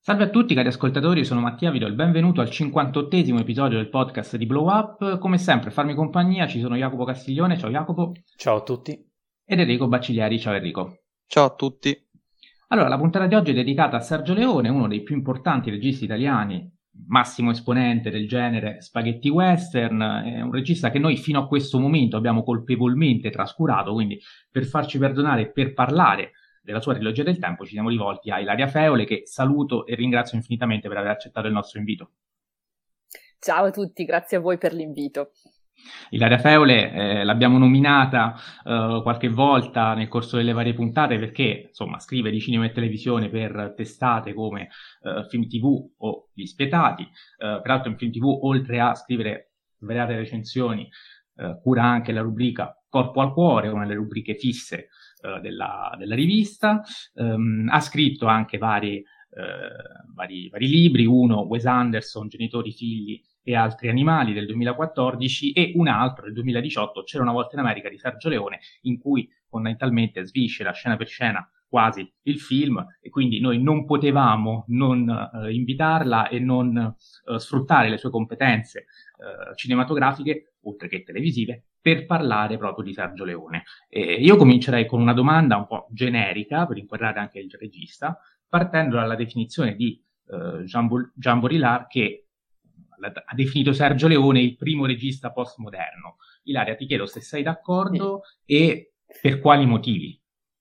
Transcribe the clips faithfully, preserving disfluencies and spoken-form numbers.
Salve a tutti cari ascoltatori, sono Mattia, vi do il benvenuto al cinquantottesimo episodio del podcast di Blow Up. Come sempre, a farmi compagnia ci sono Jacopo Castiglione, ciao Jacopo, Ciao a tutti. ed Enrico Bacciglieri, ciao Enrico. Ciao a tutti. Allora, la puntata di oggi è dedicata a Sergio Leone, uno dei più importanti registi italiani, massimo esponente del genere spaghetti western, è un regista che noi fino a questo momento abbiamo colpevolmente trascurato, quindi per farci perdonare e per parlare della sua trilogia del tempo ci siamo rivolti a Ilaria Feole, che saluto e ringrazio infinitamente per aver accettato il nostro invito. Ciao a tutti, grazie a voi per l'invito. Ilaria Feole eh, l'abbiamo nominata eh, qualche volta nel corso delle varie puntate perché insomma scrive di cinema e televisione per testate come eh, Film tivù o Gli Spietati. Eh, peraltro in Film tivù, oltre a scrivere svariate recensioni, eh, cura anche la rubrica Corpo al Cuore, una delle rubriche fisse eh, della, della rivista. Um, ha scritto anche vari, eh, vari, vari libri, uno Wes Anderson, Genitori, figli e altri animali del duemilaquattordici e un altro del duemiladiciotto, C'era una volta in America di Sergio Leone, in cui fondamentalmente sviscera scena per scena quasi il film, e quindi noi non potevamo non eh, invitarla e non eh, sfruttare le sue competenze eh, cinematografiche, oltre che televisive, per parlare proprio di Sergio Leone. E io comincerei con una domanda un po' generica, per inquadrare anche il regista, partendo dalla definizione di eh, Jean, Bo- Jean Baudrillard, che ha definito Sergio Leone il primo regista postmoderno. Ilaria, ti chiedo se sei d'accordo sì. E per quali motivi.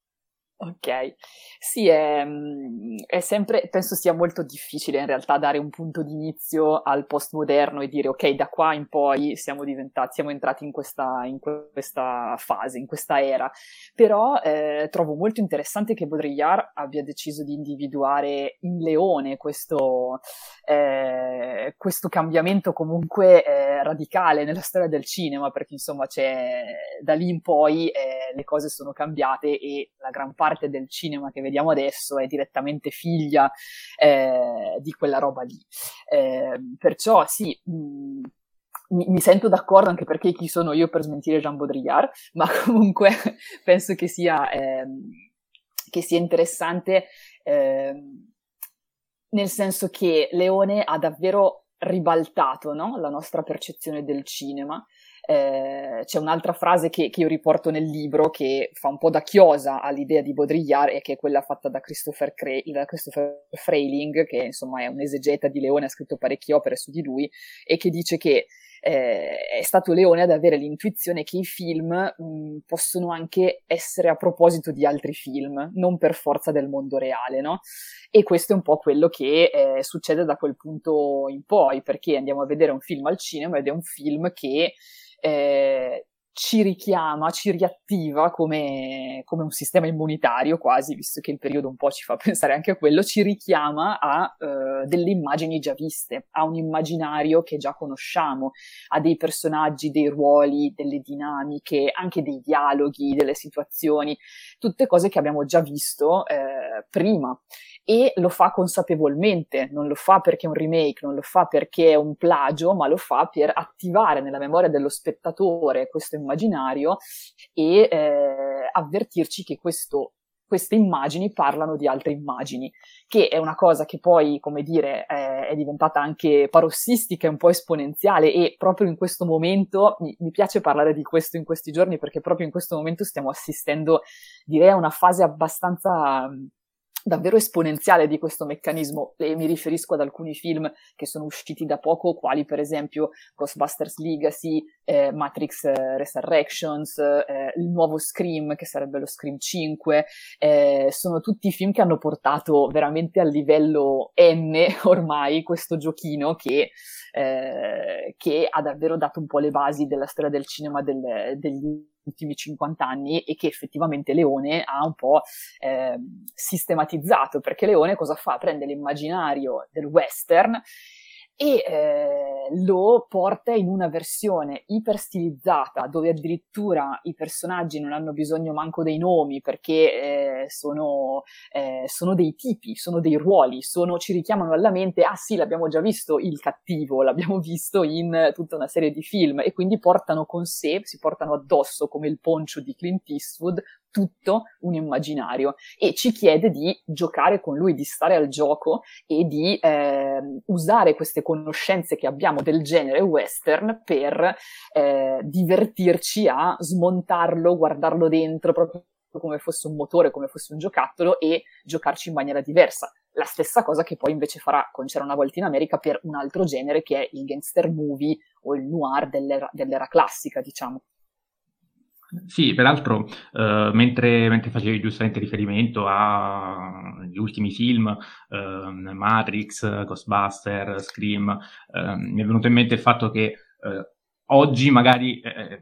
Ok, sì, è, è sempre, penso sia molto difficile in realtà dare un punto di inizio al postmoderno e dire ok, da qua in poi siamo diventati, siamo entrati in questa, in questa fase, in questa era, però eh, trovo molto interessante che Baudrillard abbia deciso di individuare in Leone questo, eh, questo cambiamento comunque eh, radicale nella storia del cinema, perché insomma c'è, da lì in poi eh, le cose sono cambiate e la gran parte parte del cinema che vediamo adesso è direttamente figlia eh, di quella roba lì. Eh, perciò sì, mh, mi, mi sento d'accordo, anche perché chi sono io per smentire Jean Baudrillard, ma comunque penso che sia, eh, che sia interessante eh, nel senso che Leone ha davvero ribaltato, no? La nostra percezione del cinema. Eh, c'è un'altra frase che, che io riporto nel libro che fa un po' da chiosa all'idea di Baudrillard e che è quella fatta da Christopher, Cre- da Christopher Frayling, che insomma è un esegeta di Leone, ha scritto parecchie opere su di lui, e che dice che eh, è stato Leone ad avere l'intuizione che i film mh, possono anche essere a proposito di altri film, non per forza del mondo reale, no? E questo è un po' quello che eh, succede da quel punto in poi, perché andiamo a vedere un film al cinema ed è un film che Eh, ci richiama, ci riattiva come, come un sistema immunitario quasi, visto che il periodo un po' ci fa pensare anche a quello, ci richiama a uh, delle immagini già viste, a un immaginario che già conosciamo, a dei personaggi, dei ruoli, delle dinamiche, anche dei dialoghi, delle situazioni, tutte cose che abbiamo già visto eh, prima. E lo fa consapevolmente, non lo fa perché è un remake, non lo fa perché è un plagio, ma lo fa per attivare nella memoria dello spettatore questo immaginario e eh, avvertirci che questo, queste immagini parlano di altre immagini, che è una cosa che poi, come dire, è, è diventata anche parossistica, è un po' esponenziale, e proprio in questo momento, mi, mi piace parlare di questo in questi giorni, perché proprio in questo momento stiamo assistendo, direi, a una fase abbastanza davvero esponenziale di questo meccanismo, e mi riferisco ad alcuni film che sono usciti da poco, quali per esempio Ghostbusters Legacy, eh, Matrix eh, Resurrections, eh, il nuovo Scream, che sarebbe lo Scream cinque, eh, sono tutti film che hanno portato veramente al livello N ormai questo giochino che, eh, che ha davvero dato un po' le basi della storia del cinema del, degli ultimi cinquanta anni, e che effettivamente Leone ha un po' eh, sistematizzato, perché Leone cosa fa? Prende l'immaginario del western e eh, lo porta in una versione iperstilizzata, dove addirittura i personaggi non hanno bisogno manco dei nomi, perché eh, sono, eh, sono dei tipi, sono dei ruoli, sono, ci richiamano alla mente, ah sì, l'abbiamo già visto il cattivo, l'abbiamo visto in tutta una serie di film, e quindi portano con sé, si portano addosso come il poncio di Clint Eastwood, tutto un immaginario e ci chiede di giocare con lui, di stare al gioco e di eh, usare queste conoscenze che abbiamo del genere western per eh, divertirci a smontarlo, guardarlo dentro proprio come fosse un motore, come fosse un giocattolo e giocarci in maniera diversa. La stessa cosa che poi invece farà con C'era una volta in America per un altro genere che è il gangster movie o il noir dell'era, dell'era classica, diciamo. Sì, peraltro, eh, mentre, mentre facevi giustamente riferimento agli ultimi film, eh, Matrix, Ghostbuster, Scream, eh, mi è venuto in mente il fatto che eh, oggi magari, eh,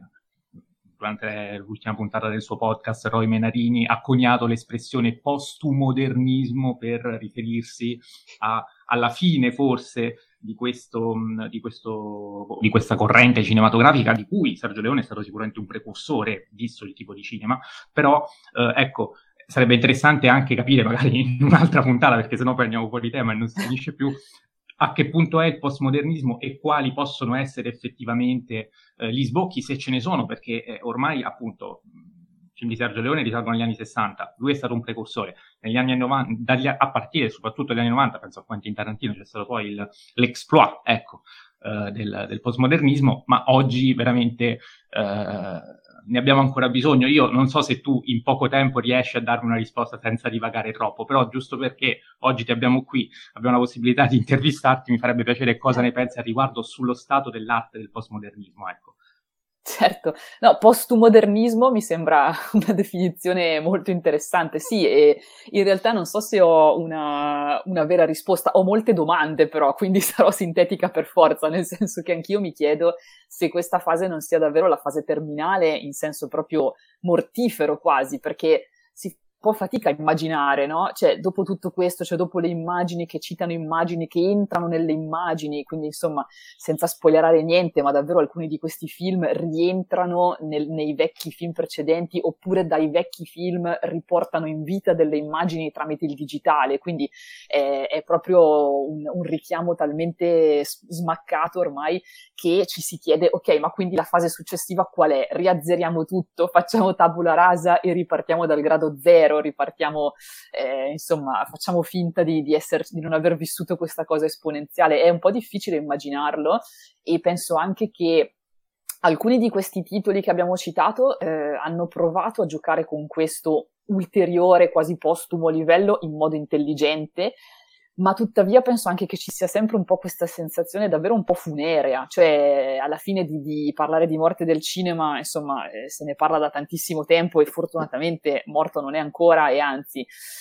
durante l'ultima puntata del suo podcast, Roy Menarini ha coniato l'espressione postumodernismo per riferirsi a, alla fine, forse, di questo, di questo di questa corrente cinematografica di cui Sergio Leone è stato sicuramente un precursore, visto il tipo di cinema, però eh, ecco, sarebbe interessante anche capire magari in un'altra puntata, perché sennò poi andiamo fuori tema e non si finisce più, a che punto è il postmodernismo e quali possono essere effettivamente eh, gli sbocchi, se ce ne sono, perché eh, ormai appunto film di Sergio Leone risalgono agli anni sessanta, lui è stato un precursore. Negli anni novanta, dagli, a partire soprattutto dagli anni novanta, penso a Quentin Tarantino, c'è stato poi il, l'exploit, ecco, eh, del, del postmodernismo, ma oggi veramente eh, ne abbiamo ancora bisogno. Io non so se tu in poco tempo riesci a darmi una risposta senza divagare troppo, però giusto perché oggi ti abbiamo qui, abbiamo la possibilità di intervistarti, mi farebbe piacere cosa ne pensi al riguardo sullo stato dell'arte del postmodernismo, ecco. Certo, no, postumodernismo mi sembra una definizione molto interessante, sì, e in realtà non so se ho una, una vera risposta, ho molte domande però, quindi sarò sintetica per forza, nel senso che anch'io mi chiedo se questa fase non sia davvero la fase terminale in senso proprio mortifero quasi, perché si fa fatica a immaginare, no? Cioè, dopo tutto questo, cioè dopo le immagini che citano immagini, che entrano nelle immagini, quindi insomma, senza spoilerare niente, ma davvero alcuni di questi film rientrano nel, nei vecchi film precedenti, oppure dai vecchi film riportano in vita delle immagini tramite il digitale, quindi è, è proprio un, un richiamo talmente smaccato ormai che ci si chiede, ok, ma quindi la fase successiva qual è? Riazzeriamo tutto, facciamo tabula rasa e ripartiamo dal grado zero, ripartiamo, eh, insomma, facciamo finta di, di, essere, di non aver vissuto questa cosa esponenziale. È un po' difficile immaginarlo e penso anche che alcuni di questi titoli che abbiamo citato eh, hanno provato a giocare con questo ulteriore, quasi postumo livello in modo intelligente, ma tuttavia penso anche che ci sia sempre un po' questa sensazione davvero un po' funerea, cioè alla fine di, di parlare di morte del cinema, insomma, eh, se ne parla da tantissimo tempo e fortunatamente morto non è ancora, e anzi,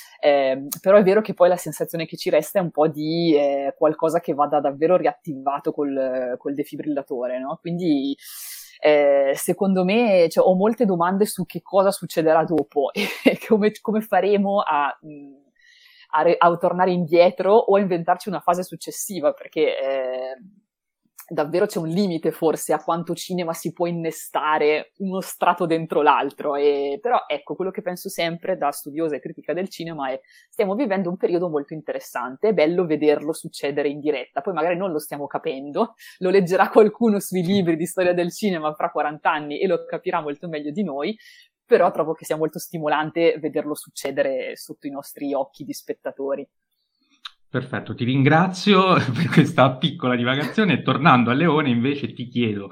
eh, però è vero che poi la sensazione che ci resta è un po' di eh, qualcosa che vada davvero riattivato col, col defibrillatore, no? Quindi eh, secondo me cioè, ho molte domande su che cosa succederà dopo e come, come faremo a... Mh, A, re- a tornare indietro o a inventarci una fase successiva, perché eh, davvero c'è un limite forse a quanto cinema si può innestare uno strato dentro l'altro, e, però ecco, quello che penso sempre da studiosa e critica del cinema è stiamo vivendo un periodo molto interessante, è bello vederlo succedere in diretta, poi magari non lo stiamo capendo, lo leggerà qualcuno sui libri di storia del cinema fra quaranta anni e lo capirà molto meglio di noi, però trovo che sia molto stimolante vederlo succedere sotto i nostri occhi di spettatori. Perfetto, ti ringrazio per questa piccola divagazione e tornando a Leone invece ti chiedo,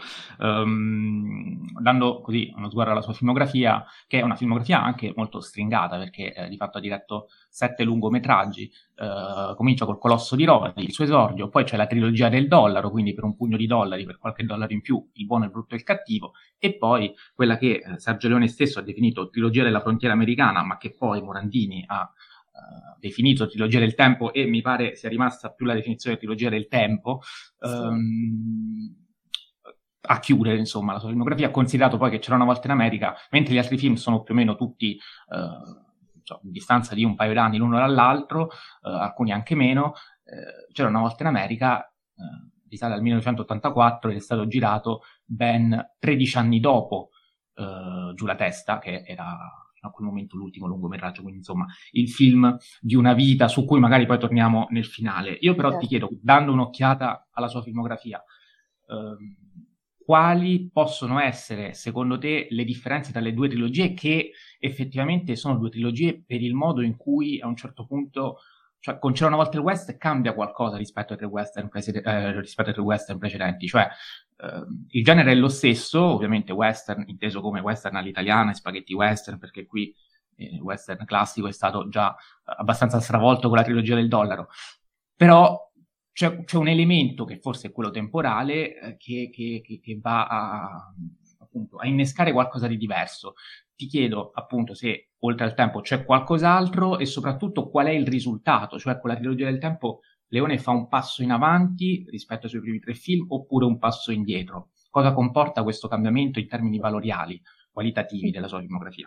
um, dando così uno sguardo alla sua filmografia, che è una filmografia anche molto stringata perché eh, di fatto ha diretto sette lungometraggi, eh, comincia col Colosso di Rodi, il suo esordio, poi c'è la trilogia del dollaro, quindi per un pugno di dollari, per qualche dollaro in più, Il buono, il brutto e il cattivo, e poi quella che eh, Sergio Leone stesso ha definito trilogia della frontiera americana, ma che poi Morandini ha Uh, definito trilogia del tempo e mi pare sia rimasta più la definizione trilogia del tempo, sì. um, a chiudere insomma la sua filmografia, ha considerato poi che C'era una volta in America, mentre gli altri film sono più o meno tutti uh, cioè, a distanza di un paio d'anni l'uno dall'altro, uh, alcuni anche meno, uh, C'era una volta in America uh, risale al millenovecentottantaquattro ed è stato girato ben tredici anni dopo uh, Giù la testa, che era a quel momento l'ultimo lungometraggio, quindi insomma il film di una vita su cui magari poi torniamo nel finale. Io però certo. ti chiedo, dando un'occhiata alla sua filmografia, ehm, quali possono essere, secondo te, le differenze tra le due trilogie, che effettivamente sono due trilogie per il modo in cui a un certo punto, cioè con C'era una volta il West cambia qualcosa rispetto ai tre western, prese- eh, rispetto ai tre western precedenti, cioè eh, il genere è lo stesso, ovviamente western inteso come western all'italiana e spaghetti western, perché qui eh, il western classico è stato già abbastanza stravolto con la trilogia del dollaro, però c'è, c'è un elemento che forse è quello temporale eh, che, che, che, che va a, appunto, a innescare qualcosa di diverso. Ti chiedo appunto se oltre al tempo c'è qualcos'altro e soprattutto qual è il risultato, cioè con la trilogia del tempo Leone fa un passo in avanti rispetto ai suoi primi tre film oppure un passo indietro. Cosa comporta questo cambiamento in termini valoriali, qualitativi della sua filmografia?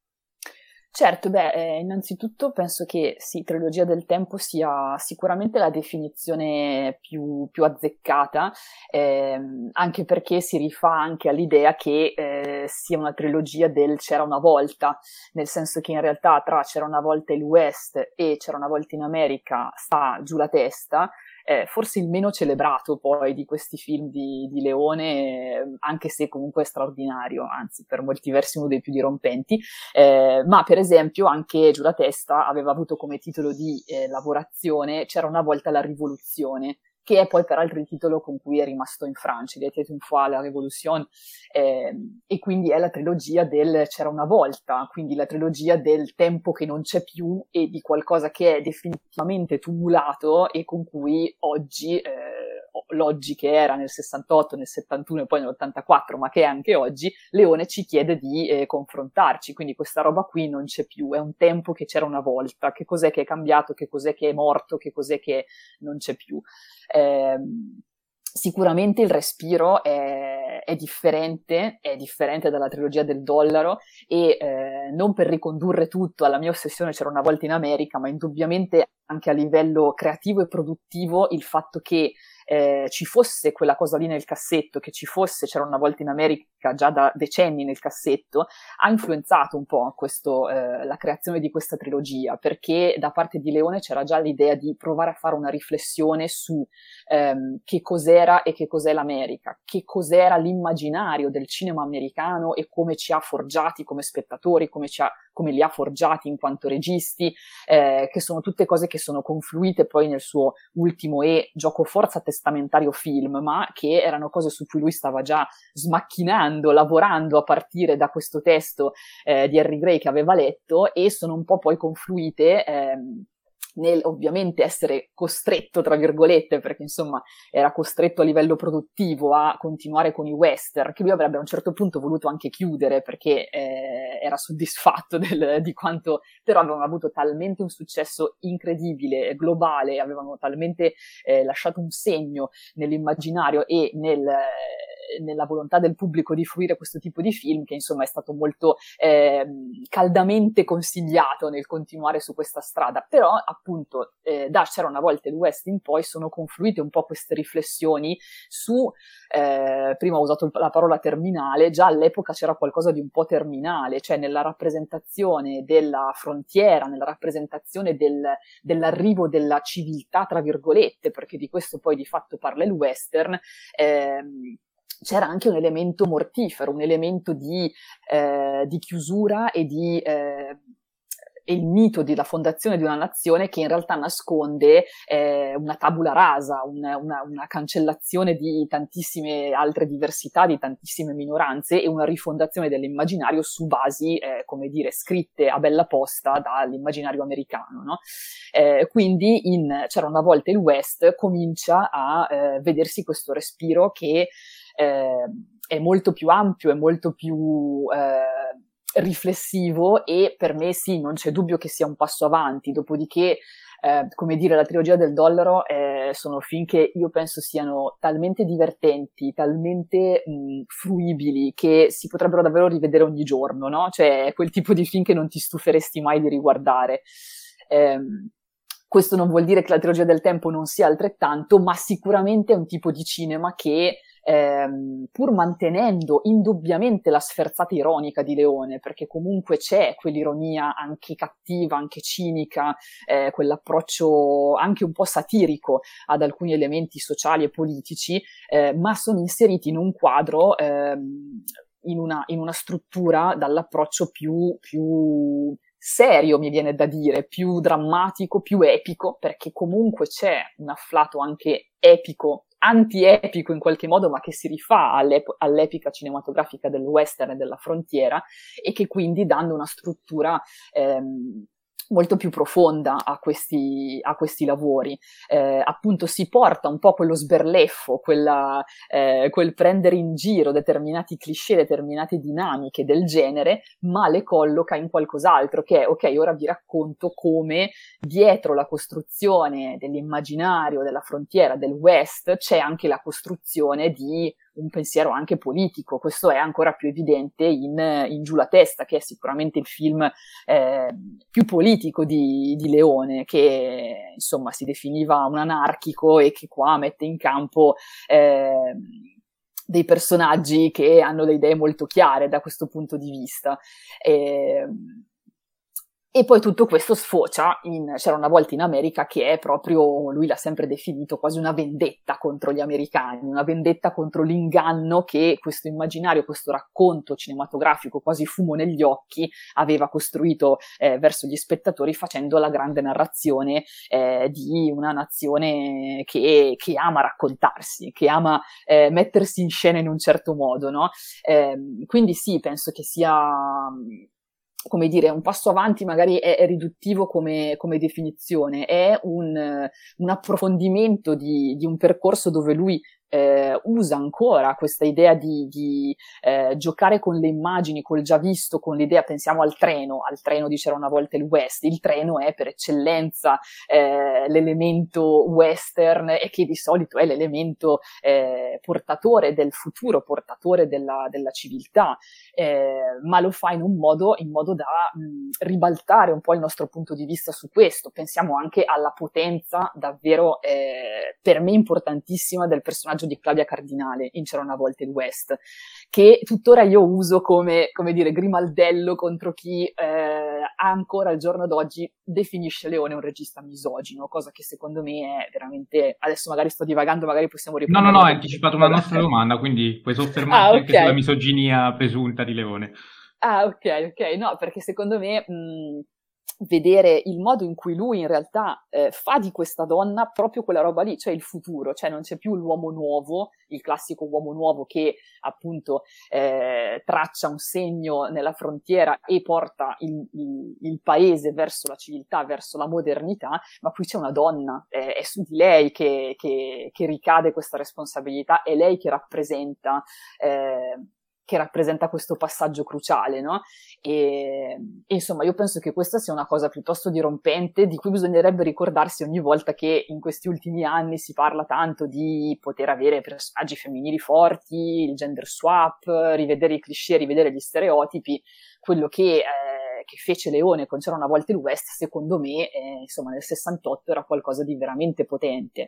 Certo, beh, eh, innanzitutto penso che sì, trilogia del tempo sia sicuramente la definizione più, più azzeccata, ehm, anche perché si rifà anche all'idea che eh, sia una trilogia del C'era una volta, nel senso che in realtà tra C'era una volta il West e C'era una volta in America sta giù la testa. Eh, forse il meno celebrato poi di questi film di, di Leone, eh, anche se comunque è straordinario, anzi per molti versi uno dei più dirompenti, eh, ma per esempio anche Giù la testa aveva avuto come titolo di eh, lavorazione C'era una volta la rivoluzione, che è poi peraltro il titolo con cui è rimasto in Francia, Il était une fois la révolution, eh, e quindi è la trilogia del C'era una volta, quindi la trilogia del tempo che non c'è più e di qualcosa che è definitivamente tumulato e con cui oggi, eh, l'oggi che era nel sessantotto, nel settantuno e poi nell'ottantaquattro, ma che è anche oggi, Leone ci chiede di eh, confrontarci, quindi questa roba qui non c'è più, è un tempo che c'era una volta, che cos'è che è cambiato, che cos'è che è morto, che cos'è che non c'è più. Eh, sicuramente il respiro è, è differente, è differente dalla trilogia del dollaro e eh, non per ricondurre tutto alla mia ossessione C'era una volta in America, ma indubbiamente anche a livello creativo e produttivo il fatto che eh, ci fosse quella cosa lì nel cassetto, che ci fosse C'era una volta in America già da decenni nel cassetto, ha influenzato un po' questo, eh, la creazione di questa trilogia, perché da parte di Leone c'era già l'idea di provare a fare una riflessione su ehm, che cos'era e che cos'è l'America, che cos'era l'immaginario del cinema americano e come ci ha forgiati come spettatori, come, ci ha, come li ha forgiati in quanto registi, eh, che sono tutte cose che sono confluite poi nel suo ultimo e giocoforza testamentario film, ma che erano cose su cui lui stava già smacchinando, lavorando a partire da questo testo eh, di Harry Gray che aveva letto, e sono un po' poi confluite ehm, nel ovviamente essere costretto, tra virgolette, perché insomma era costretto a livello produttivo a continuare con i western, che lui avrebbe a un certo punto voluto anche chiudere perché eh, era soddisfatto del, di quanto, però avevano avuto talmente un successo incredibile, globale, avevano talmente eh, lasciato un segno nell'immaginario e nel... Eh, nella volontà del pubblico di fruire questo tipo di film, che insomma è stato molto eh, caldamente consigliato nel continuare su questa strada. Però appunto eh, da C'era una volta il West in poi sono confluite un po' queste riflessioni su, eh, prima ho usato la parola terminale, già all'epoca c'era qualcosa di un po' terminale, cioè nella rappresentazione della frontiera, nella rappresentazione del, dell'arrivo della civiltà, tra virgolette, perché di questo poi di fatto parla il western, ehm, c'era anche un elemento mortifero, un elemento di, eh, di chiusura e di eh, e il mito della fondazione di una nazione che in realtà nasconde eh, una tabula rasa, una, una, una cancellazione di tantissime altre diversità, di tantissime minoranze e una rifondazione dell'immaginario su basi, eh, come dire, scritte a bella posta dall'immaginario americano, no? Eh, quindi in C'era una volta il West comincia a eh, vedersi questo respiro che eh, è molto più ampio, è molto più... Eh, riflessivo e per me sì, non c'è dubbio che sia un passo avanti, dopodiché eh, come dire, la trilogia del dollaro eh, sono film che io penso siano talmente divertenti, talmente mh, fruibili che si potrebbero davvero rivedere ogni giorno, no? Cioè è quel tipo di film che non ti stuferesti mai di riguardare. Eh, questo non vuol dire che la trilogia del tempo non sia altrettanto, ma sicuramente è un tipo di cinema che ehm, pur mantenendo indubbiamente la sferzata ironica di Leone, perché comunque c'è quell'ironia anche cattiva, anche cinica, eh, quell'approccio anche un po' satirico ad alcuni elementi sociali e politici, eh, ma sono inseriti in un quadro, ehm, in una, in una struttura dall'approccio più, più serio, mi viene da dire, più drammatico, più epico, perché comunque c'è un afflato anche epico, anti-epico in qualche modo, ma che si rifà all'ep- all'epica cinematografica del western e della frontiera, e che quindi danno una struttura ehm, molto più profonda a questi, a questi lavori. Eh, appunto si porta un po' quello sberleffo, quella, eh, quel prendere in giro determinati cliché, determinate dinamiche del genere, ma le colloca in qualcos'altro, che è, ok, ora vi racconto come dietro la costruzione dell'immaginario della frontiera del West c'è anche la costruzione di un pensiero anche politico. Questo è ancora più evidente in, in Giù la testa, che è sicuramente il film eh, più politico di, di Leone, che insomma si definiva un anarchico e che qua mette in campo eh, dei personaggi che hanno le idee molto chiare da questo punto di vista. E, E poi tutto questo sfocia in C'era una volta in America, che è proprio, lui l'ha sempre definito, quasi una vendetta contro gli americani, una vendetta contro l'inganno che questo immaginario, questo racconto cinematografico quasi fumo negli occhi aveva costruito eh, verso gli spettatori, facendo la grande narrazione eh, di una nazione che, che ama raccontarsi, che ama eh, mettersi in scena in un certo modo, no? Eh, quindi sì, penso che sia, come dire, un passo avanti magari è, è riduttivo come, come definizione, è un, un approfondimento di, di un percorso dove lui eh, usa ancora questa idea di, di eh, giocare con le immagini, col già visto, con l'idea, pensiamo al treno, al treno di C'era una volta il West, il treno è per eccellenza eh, l'elemento western, e che di solito è l'elemento eh, portatore del futuro, portatore della, della civiltà, eh, ma lo fa in un modo, in modo da mh, ribaltare un po' il nostro punto di vista su questo. Pensiamo anche alla potenza davvero eh, per me importantissima del personaggio di Claudia Cardinale in C'era una volta il West, che tuttora io uso come, come dire, grimaldello contro chi eh, ancora al giorno d'oggi definisce Leone un regista misogino, cosa che secondo me è veramente, adesso magari sto divagando, magari possiamo No, no, riprendere. no, hai anticipato una nostra domanda, quindi puoi soffermarti Ah, anche sulla ok. misoginia presunta di Leone. Ah, ok, ok. No, perché secondo me mh, vedere il modo in cui lui in realtà eh, fa di questa donna proprio quella roba lì, cioè il futuro, cioè non c'è più l'uomo nuovo, il classico uomo nuovo che appunto eh, traccia un segno nella frontiera e porta il, il, il paese verso la civiltà, verso la modernità, ma qui c'è una donna, eh, è su di lei che, che, che ricade questa responsabilità, è lei che rappresenta eh, che rappresenta questo passaggio cruciale, no? E, e insomma, io penso che questa sia una cosa piuttosto dirompente, di cui bisognerebbe ricordarsi ogni volta che in questi ultimi anni si parla tanto di poter avere personaggi femminili forti, il gender swap, rivedere i cliché, rivedere gli stereotipi. Quello che, eh, che fece Leone con C'era una volta il West, secondo me, eh, insomma, nel sessantotto era qualcosa di veramente potente.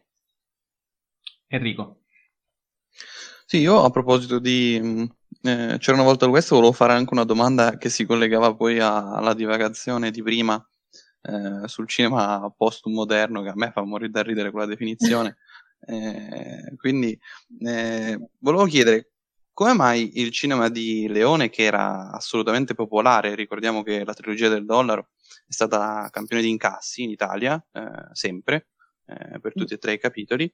Enrico. Sì, io a proposito di eh, C'era una volta il West, volevo fare anche una domanda che si collegava poi a, alla divagazione di prima eh, sul cinema post-moderno, che a me fa morire da ridere quella definizione. Eh, quindi eh, volevo chiedere come mai il cinema di Leone, che era assolutamente popolare, ricordiamo che la trilogia del dollaro è stata campione di incassi in Italia, eh, sempre, eh, per tutti e tre i capitoli,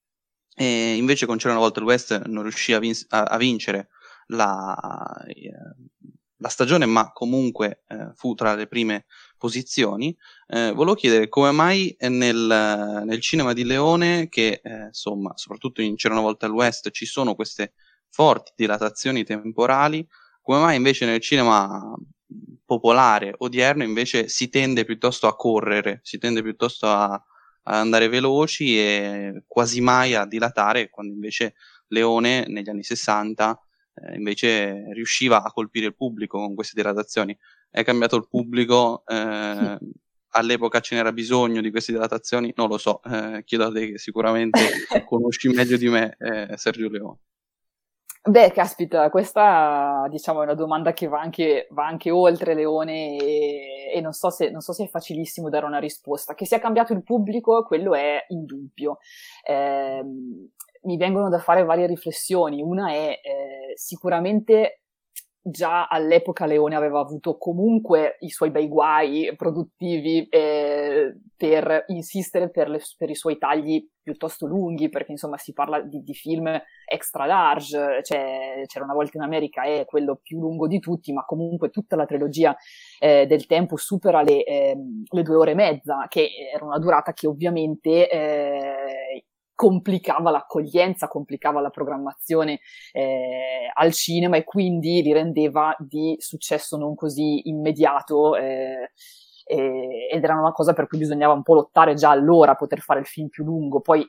e invece con C'era una volta il West non riuscì a, vin- a, a vincere la, eh, la stagione, ma comunque eh, fu tra le prime posizioni. Eh, volevo chiedere come mai nel, nel cinema di Leone, che eh, insomma, soprattutto in C'era una volta il West, ci sono queste forti dilatazioni temporali, come mai invece nel cinema popolare odierno invece si tende piuttosto a correre, si tende piuttosto a a andare veloci e quasi mai a dilatare, quando invece Leone negli anni sessanta eh, invece riusciva a colpire il pubblico con queste dilatazioni. È cambiato il pubblico, eh, all'epoca ce n'era bisogno di queste dilatazioni, non lo so, eh, chiedo a te che sicuramente conosci meglio di me eh, Sergio Leone. Beh, caspita, questa diciamo è una domanda che va anche, va anche oltre Leone e, e non so se, non so se è facilissimo dare una risposta. Che sia cambiato il pubblico, quello è indubbio. Eh, mi vengono da fare varie riflessioni. Una è eh, sicuramente già all'epoca Leone aveva avuto comunque i suoi bei guai produttivi eh, per insistere per, le, per i suoi tagli piuttosto lunghi, perché insomma si parla di, di film extra large, cioè, C'era una volta in America è quello più lungo di tutti, ma comunque tutta la trilogia eh, del tempo supera le, eh, le due ore e mezza, che era una durata che ovviamente eh, complicava l'accoglienza, complicava la programmazione eh, al cinema e quindi li rendeva di successo non così immediato eh, eh, ed era una cosa per cui bisognava un po' lottare già allora a poter fare il film più lungo. Poi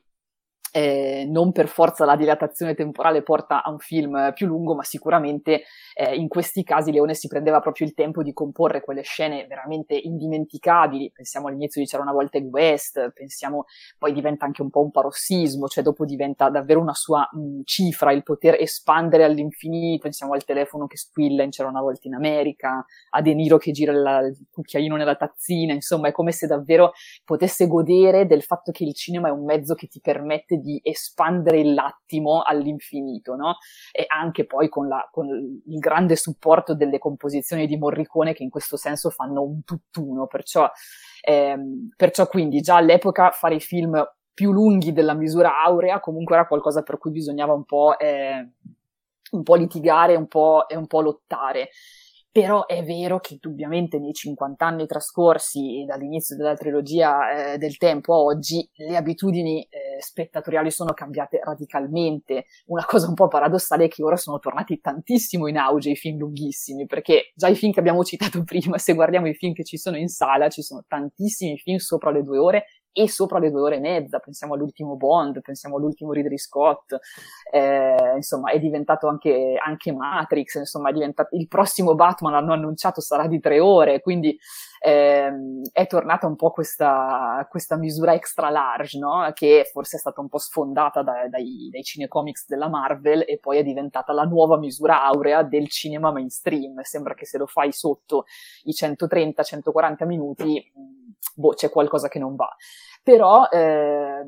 Eh, non per forza la dilatazione temporale porta a un film più lungo, ma sicuramente eh, in questi casi Leone si prendeva proprio il tempo di comporre quelle scene veramente indimenticabili. Pensiamo all'inizio di C'era una volta in West, pensiamo poi diventa anche un po' un parossismo, cioè dopo diventa davvero una sua mh, cifra il poter espandere all'infinito. Pensiamo al telefono che squilla in C'era una volta in America, a De Niro che gira la, il cucchiaino nella tazzina. Insomma, è come se davvero potesse godere del fatto che il cinema è un mezzo che ti permette di espandere l'attimo all'infinito, no? E anche poi con, la, con il grande supporto delle composizioni di Morricone, che in questo senso fanno un tutt'uno. Perciò, ehm, perciò quindi già all'epoca fare i film più lunghi della misura aurea comunque era qualcosa per cui bisognava un po', eh, un po' litigare, un po', e un po' lottare. Però è vero che indubbiamente nei cinquanta anni trascorsi dall'inizio della trilogia eh, del tempo a oggi le abitudini eh, spettatoriali sono cambiate radicalmente. Una cosa un po' paradossale è che ora sono tornati tantissimo in auge i film lunghissimi, perché già i film che abbiamo citato prima, se guardiamo i film che ci sono in sala, ci sono tantissimi film sopra le due ore e sopra le due ore e mezza. Pensiamo all'ultimo Bond, pensiamo all'ultimo Ridley Scott, eh, insomma è diventato anche, anche Matrix, insomma è diventato, il prossimo Batman l'hanno annunciato sarà di tre ore, quindi ehm, è tornata un po' questa, questa misura extra large, no? Che forse è stata un po' sfondata da, dai, dai cinecomics della Marvel e poi è diventata la nuova misura aurea del cinema mainstream. Sembra che se lo fai sotto i centotrenta centoquaranta minuti, boh, c'è qualcosa che non va. Però eh,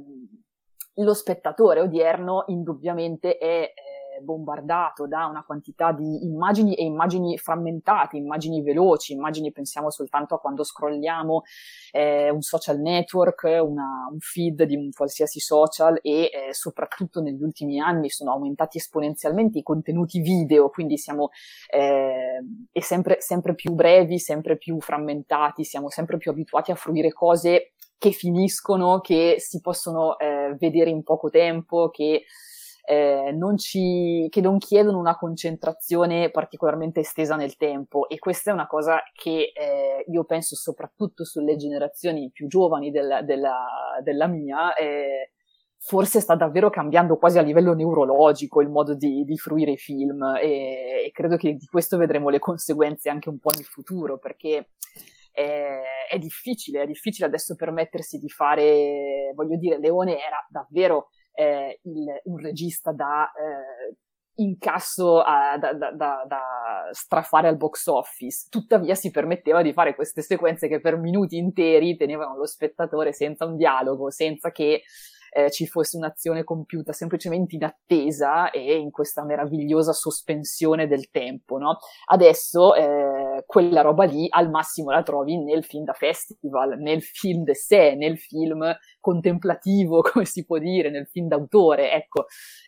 lo spettatore odierno indubbiamente è eh, bombardato da una quantità di immagini e immagini frammentate, immagini veloci, immagini, pensiamo soltanto a quando scrolliamo eh, un social network, una, un feed di un qualsiasi social, e eh, soprattutto negli ultimi anni sono aumentati esponenzialmente i contenuti video, quindi siamo eh, e sempre, sempre più brevi, sempre più frammentati, siamo sempre più abituati a fruire cose che finiscono, che si possono eh, vedere in poco tempo, che, eh, non ci, che non chiedono una concentrazione particolarmente estesa nel tempo. E questa è una cosa che eh, io penso soprattutto sulle generazioni più giovani della, della, della mia, eh, forse sta davvero cambiando quasi a livello neurologico il modo di, di fruire i film, e, e credo che di questo vedremo le conseguenze anche un po' nel futuro, perché È, è difficile, è difficile adesso permettersi di fare, voglio dire, Leone era davvero eh, il, un regista da eh, incasso a, da, da, da, da strafare al box office, tuttavia si permetteva di fare queste sequenze che per minuti interi tenevano lo spettatore senza un dialogo, senza che eh, ci fosse un'azione compiuta, semplicemente in attesa e in questa meravigliosa sospensione del tempo, no? Adesso eh, quella roba lì al massimo la trovi nel film da festival, nel film d'essai, nel film contemplativo, come si può dire, nel film d'autore. Ecco,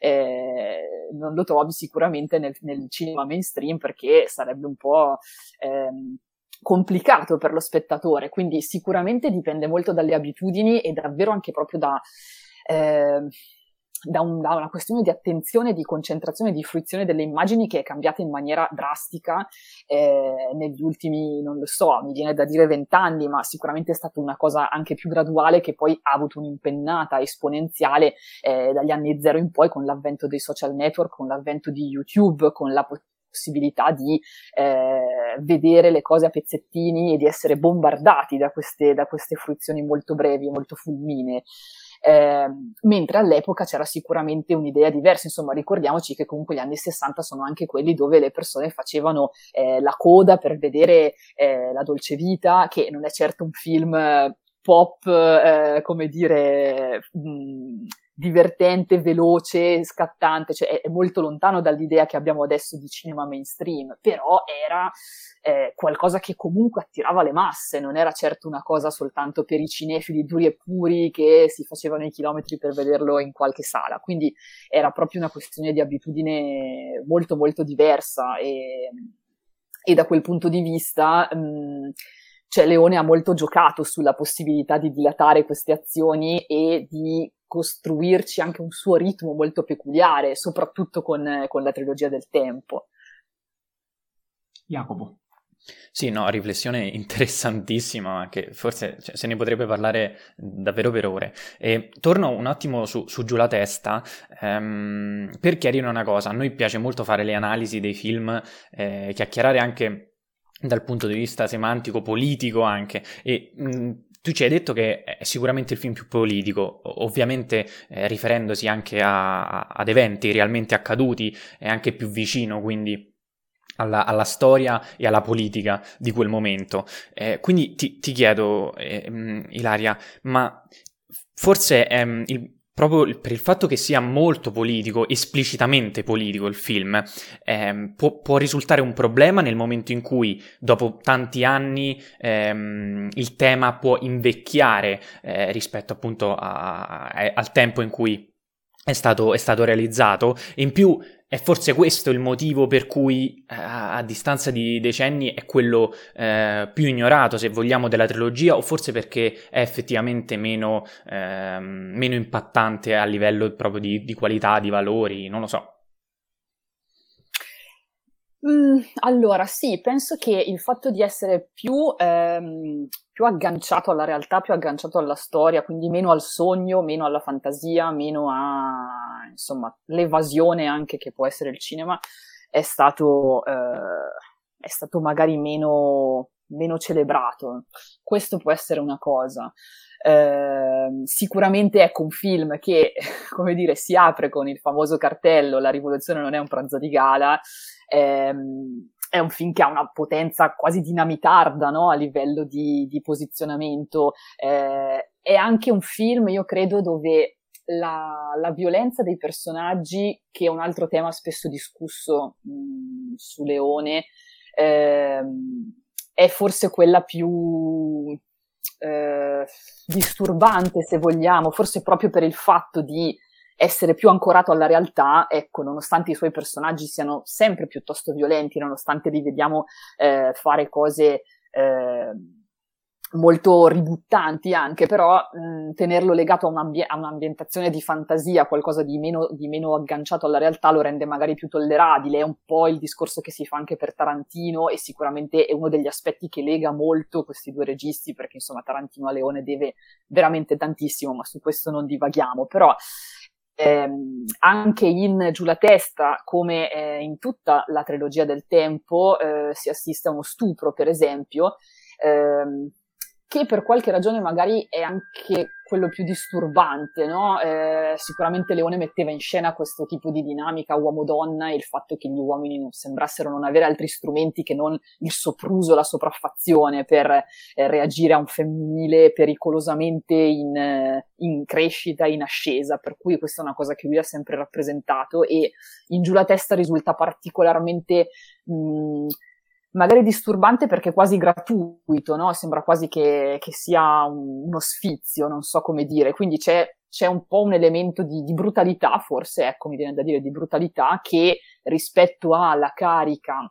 eh, non lo trovi sicuramente nel, nel cinema mainstream, perché sarebbe un po' ehm, complicato per lo spettatore. Quindi sicuramente dipende molto dalle abitudini e davvero anche proprio da Eh, da, un, da una questione di attenzione, di concentrazione, di fruizione delle immagini, che è cambiata in maniera drastica eh, negli ultimi, non lo so, mi viene da dire vent'anni, ma sicuramente è stata una cosa anche più graduale, che poi ha avuto un'impennata esponenziale eh, dagli anni zero in poi, con l'avvento dei social network, con l'avvento di YouTube, con la possibilità di eh, vedere le cose a pezzettini e di essere bombardati da queste, da queste fruizioni molto brevi, molto fulminee. eh, mentre all'epoca c'era sicuramente un'idea diversa. Insomma, ricordiamoci che comunque gli anni sessanta sono anche quelli dove le persone facevano eh, la coda per vedere eh, La Dolce Vita, che non è certo un film pop, eh, come dire, mh, divertente, veloce, scattante, cioè è, è molto lontano dall'idea che abbiamo adesso di cinema mainstream, però era eh, qualcosa che comunque attirava le masse, non era certo una cosa soltanto per i cinefili duri e puri che si facevano i chilometri per vederlo in qualche sala, quindi era proprio una questione di abitudine molto molto diversa e, e da quel punto di vista mh, cioè Leone ha molto giocato sulla possibilità di dilatare queste azioni e di costruirci anche un suo ritmo molto peculiare, soprattutto con, con la trilogia del tempo. Jacopo. Sì, no, riflessione interessantissima, che forse cioè, se ne potrebbe parlare davvero per ore. E torno un attimo su, su Giù la testa, ehm, per chiarire una cosa. A noi piace molto fare le analisi dei film, eh, chiacchierare anche dal punto di vista semantico, politico anche, e mh, tu ci hai detto che è sicuramente il film più politico, ovviamente eh, riferendosi anche a, a, ad eventi realmente accaduti, è anche più vicino quindi alla, alla storia e alla politica di quel momento. Eh, quindi ti, ti chiedo, eh, mh, Ilaria, ma forse ehm, il proprio per il fatto che sia molto politico, esplicitamente politico il film, ehm, può, può risultare un problema nel momento in cui, dopo tanti anni, ehm, il tema può invecchiare eh, rispetto appunto a, a, al tempo in cui è stato, è stato realizzato. E in più è forse questo il motivo per cui a, a distanza di decenni è quello eh, più ignorato, se vogliamo, della trilogia, o forse perché è effettivamente meno, eh, meno impattante a livello proprio di, di qualità, di valori, non lo so. Mm, allora, sì, penso che il fatto di essere più, ehm, più agganciato alla realtà, più agganciato alla storia, quindi meno al sogno, meno alla fantasia, meno a, insomma, l'evasione anche che può essere il cinema, è stato, eh, è stato magari meno, meno celebrato. Questo può essere una cosa. Eh, sicuramente ecco un film che, come dire, si apre con il famoso cartello "La rivoluzione non è un pranzo di gala", ehm, è un film che ha una potenza quasi dinamitarda, no? A livello di, di posizionamento, eh, è anche un film, io credo, dove la, la violenza dei personaggi, che è un altro tema spesso discusso mh, su Leone, ehm, è forse quella più Eh, disturbante, se vogliamo, forse proprio per il fatto di essere più ancorato alla realtà. Ecco, nonostante i suoi personaggi siano sempre piuttosto violenti, nonostante li vediamo eh, fare cose eh, molto ributtanti anche, però mh, tenerlo legato a, un'ambi- a un'ambientazione di fantasia, qualcosa di meno, di meno agganciato alla realtà, lo rende magari più tollerabile. È un po' il discorso che si fa anche per Tarantino, e sicuramente è uno degli aspetti che lega molto questi due registi, perché insomma Tarantino a Leone deve veramente tantissimo, ma su questo non divaghiamo. Però ehm, anche in Giù la testa, come eh, in tutta la trilogia del tempo, eh, si assiste a uno stupro, per esempio, ehm, che per qualche ragione magari è anche quello più disturbante, no? Eh, sicuramente Leone metteva in scena questo tipo di dinamica uomo-donna, e il fatto che gli uomini non sembrassero non avere altri strumenti che non il sopruso, la sopraffazione per eh, reagire a un femminile pericolosamente in, eh, in crescita, in ascesa, per cui questa è una cosa che lui ha sempre rappresentato, e in Giù la testa risulta particolarmente mh, magari disturbante perché quasi gratuito, no? Sembra quasi che, che sia un, uno sfizio, non so come dire. Quindi c'è, c'è un po' un elemento di, di brutalità, forse, ecco, mi viene da dire di brutalità, che rispetto alla carica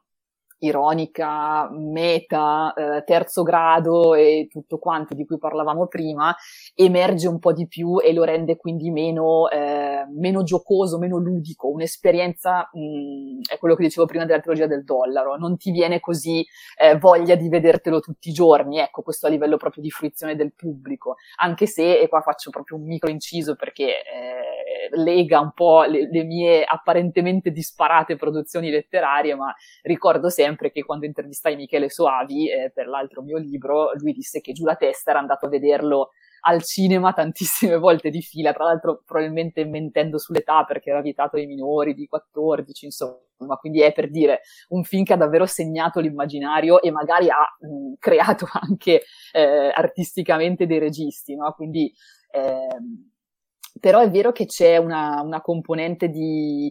ironica, meta, eh, terzo grado e tutto quanto di cui parlavamo prima, emerge un po' di più e lo rende quindi meno, eh, meno giocoso, meno ludico. Un'esperienza, mh, è quello che dicevo prima della trilogia del dollaro, non ti viene così eh, voglia di vedertelo tutti i giorni, ecco, questo a livello proprio di fruizione del pubblico, anche se, e qua faccio proprio un micro inciso perché eh, lega un po' le, le mie apparentemente disparate produzioni letterarie, ma ricordo sempre che quando intervistai Michele Soavi eh, per l'altro mio libro, lui disse che Giù la testa era andato a vederlo al cinema tantissime volte di fila, tra l'altro probabilmente mentendo sull'età perché era vietato ai minori di quattordici, insomma, quindi è per dire un film che ha davvero segnato l'immaginario e magari ha mh, creato anche eh, artisticamente dei registi, no? Quindi ehm, però è vero che c'è una, una componente di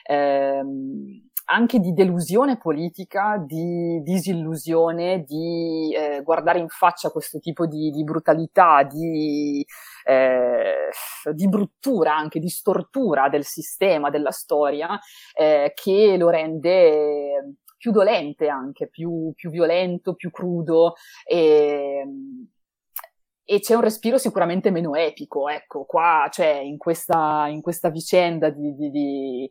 ehm, anche di delusione politica, di disillusione, di eh, guardare in faccia questo tipo di, di brutalità, di, eh, di bruttura, anche di stortura del sistema, della storia, eh, che lo rende più dolente anche, più, più violento, più crudo e... E c'è un respiro sicuramente meno epico, ecco, qua, cioè, in questa, in questa vicenda di, di, di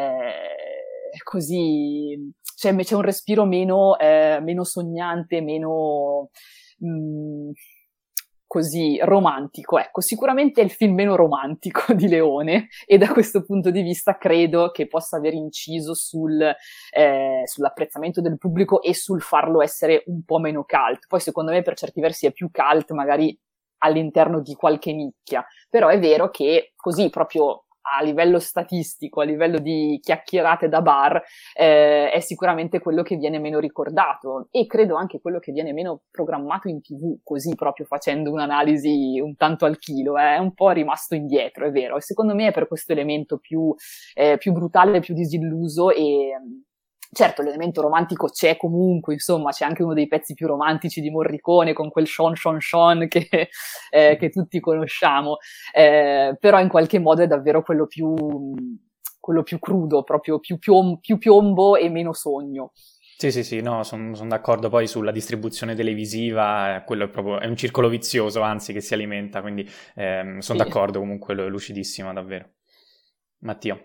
eh, così, cioè, c'è un respiro meno, eh, meno sognante, meno, mh, così, romantico, ecco, sicuramente è il film meno romantico di Leone e da questo punto di vista credo che possa aver inciso sul, eh, sull'apprezzamento del pubblico e sul farlo essere un po' meno cult. Poi secondo me per certi versi è più cult magari all'interno di qualche nicchia, però è vero che così proprio a livello statistico, a livello di chiacchierate da bar, eh, è sicuramente quello che viene meno ricordato e credo anche quello che viene meno programmato in tivù, così proprio facendo un'analisi un tanto al chilo, eh, è un po' rimasto indietro, è vero, e secondo me è per questo elemento più, eh, più brutale, più disilluso e... Certo, l'elemento romantico c'è comunque, insomma, c'è anche uno dei pezzi più romantici di Morricone con quel Sean Sean Sean che, eh, che tutti conosciamo, eh, però in qualche modo è davvero quello più, quello più crudo, proprio più, piom- più piombo e meno sogno. Sì, sì, sì, no, sono son d'accordo poi sulla distribuzione televisiva, eh, quello è proprio, è un circolo vizioso, anzi, che si alimenta, quindi ehm, sono Sì. d'accordo, comunque è lucidissimo, davvero. Mattia.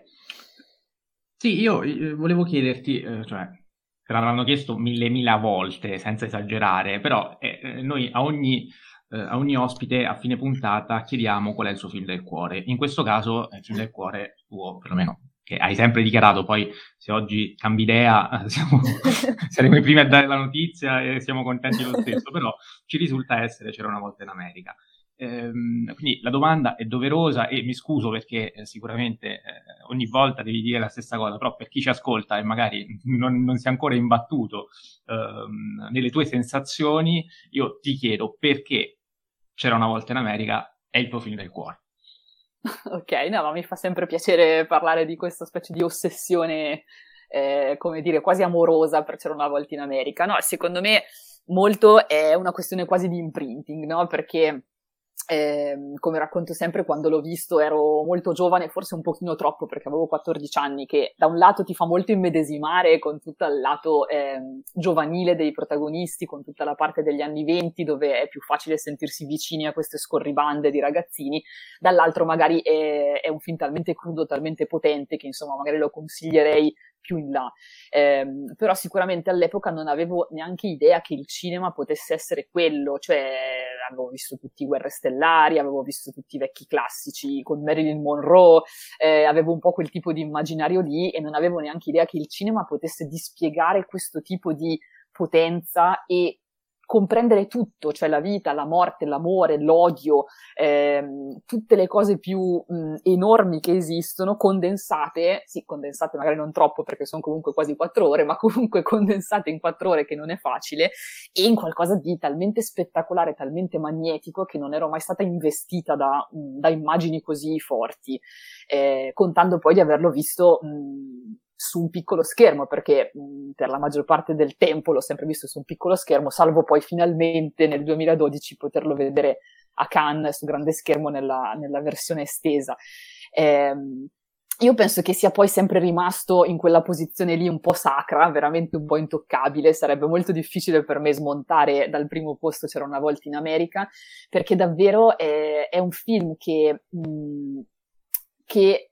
Sì, io eh, volevo chiederti, eh, cioè, te l'hanno chiesto mille mila volte, senza esagerare, però eh, eh, noi a ogni, eh, a ogni ospite a fine puntata chiediamo qual è il suo film del cuore. In questo caso è il film del cuore tuo, perlomeno, che hai sempre dichiarato, poi se oggi cambi idea siamo, saremo i primi a dare la notizia e siamo contenti lo stesso, però ci risulta essere C'era una volta in America. Ehm, quindi la domanda è doverosa e mi scuso perché eh, sicuramente eh, ogni volta devi dire la stessa cosa, però per chi ci ascolta e magari non, non si è ancora imbattuto ehm, nelle tue sensazioni, io ti chiedo perché C'era una volta in America è il tuo film del cuore. Ok, no, ma mi fa sempre piacere parlare di questa specie di ossessione, eh, come dire, quasi amorosa per C'era una volta in America. No, secondo me molto è una questione quasi di imprinting, no? Perché Eh, come racconto sempre, quando l'ho visto ero molto giovane, forse un pochino troppo perché avevo quattordici anni, che da un lato ti fa molto immedesimare con tutto il lato eh, giovanile dei protagonisti, con tutta la parte degli anni venti dove è più facile sentirsi vicini a queste scorribande di ragazzini, dall'altro magari è, è un film talmente crudo, talmente potente che insomma magari lo consiglierei più in là, eh, però sicuramente all'epoca non avevo neanche idea che il cinema potesse essere quello, cioè avevo visto tutti i Guerre Stellari, avevo visto tutti i vecchi classici con Marilyn Monroe, eh, avevo un po' quel tipo di immaginario lì e non avevo neanche idea che il cinema potesse dispiegare questo tipo di potenza e comprendere tutto, cioè la vita, la morte, l'amore, l'odio, ehm, tutte le cose più mh, enormi che esistono, condensate, sì, condensate magari non troppo perché sono comunque quasi quattro ore, ma comunque condensate in quattro ore che non è facile, e in qualcosa di talmente spettacolare, talmente magnetico che non ero mai stata investita da, mh, da immagini così forti, eh, contando poi di averlo visto mh, su un piccolo schermo, perché mh, per la maggior parte del tempo l'ho sempre visto su un piccolo schermo, salvo poi finalmente nel duemiladodici poterlo vedere a Cannes su grande schermo nella, nella versione estesa. Ehm, io penso che sia poi sempre rimasto in quella posizione lì un po' sacra, veramente un po' intoccabile, sarebbe molto difficile per me smontare dal primo posto C'era una volta in America, perché davvero è, è un film che, mh, che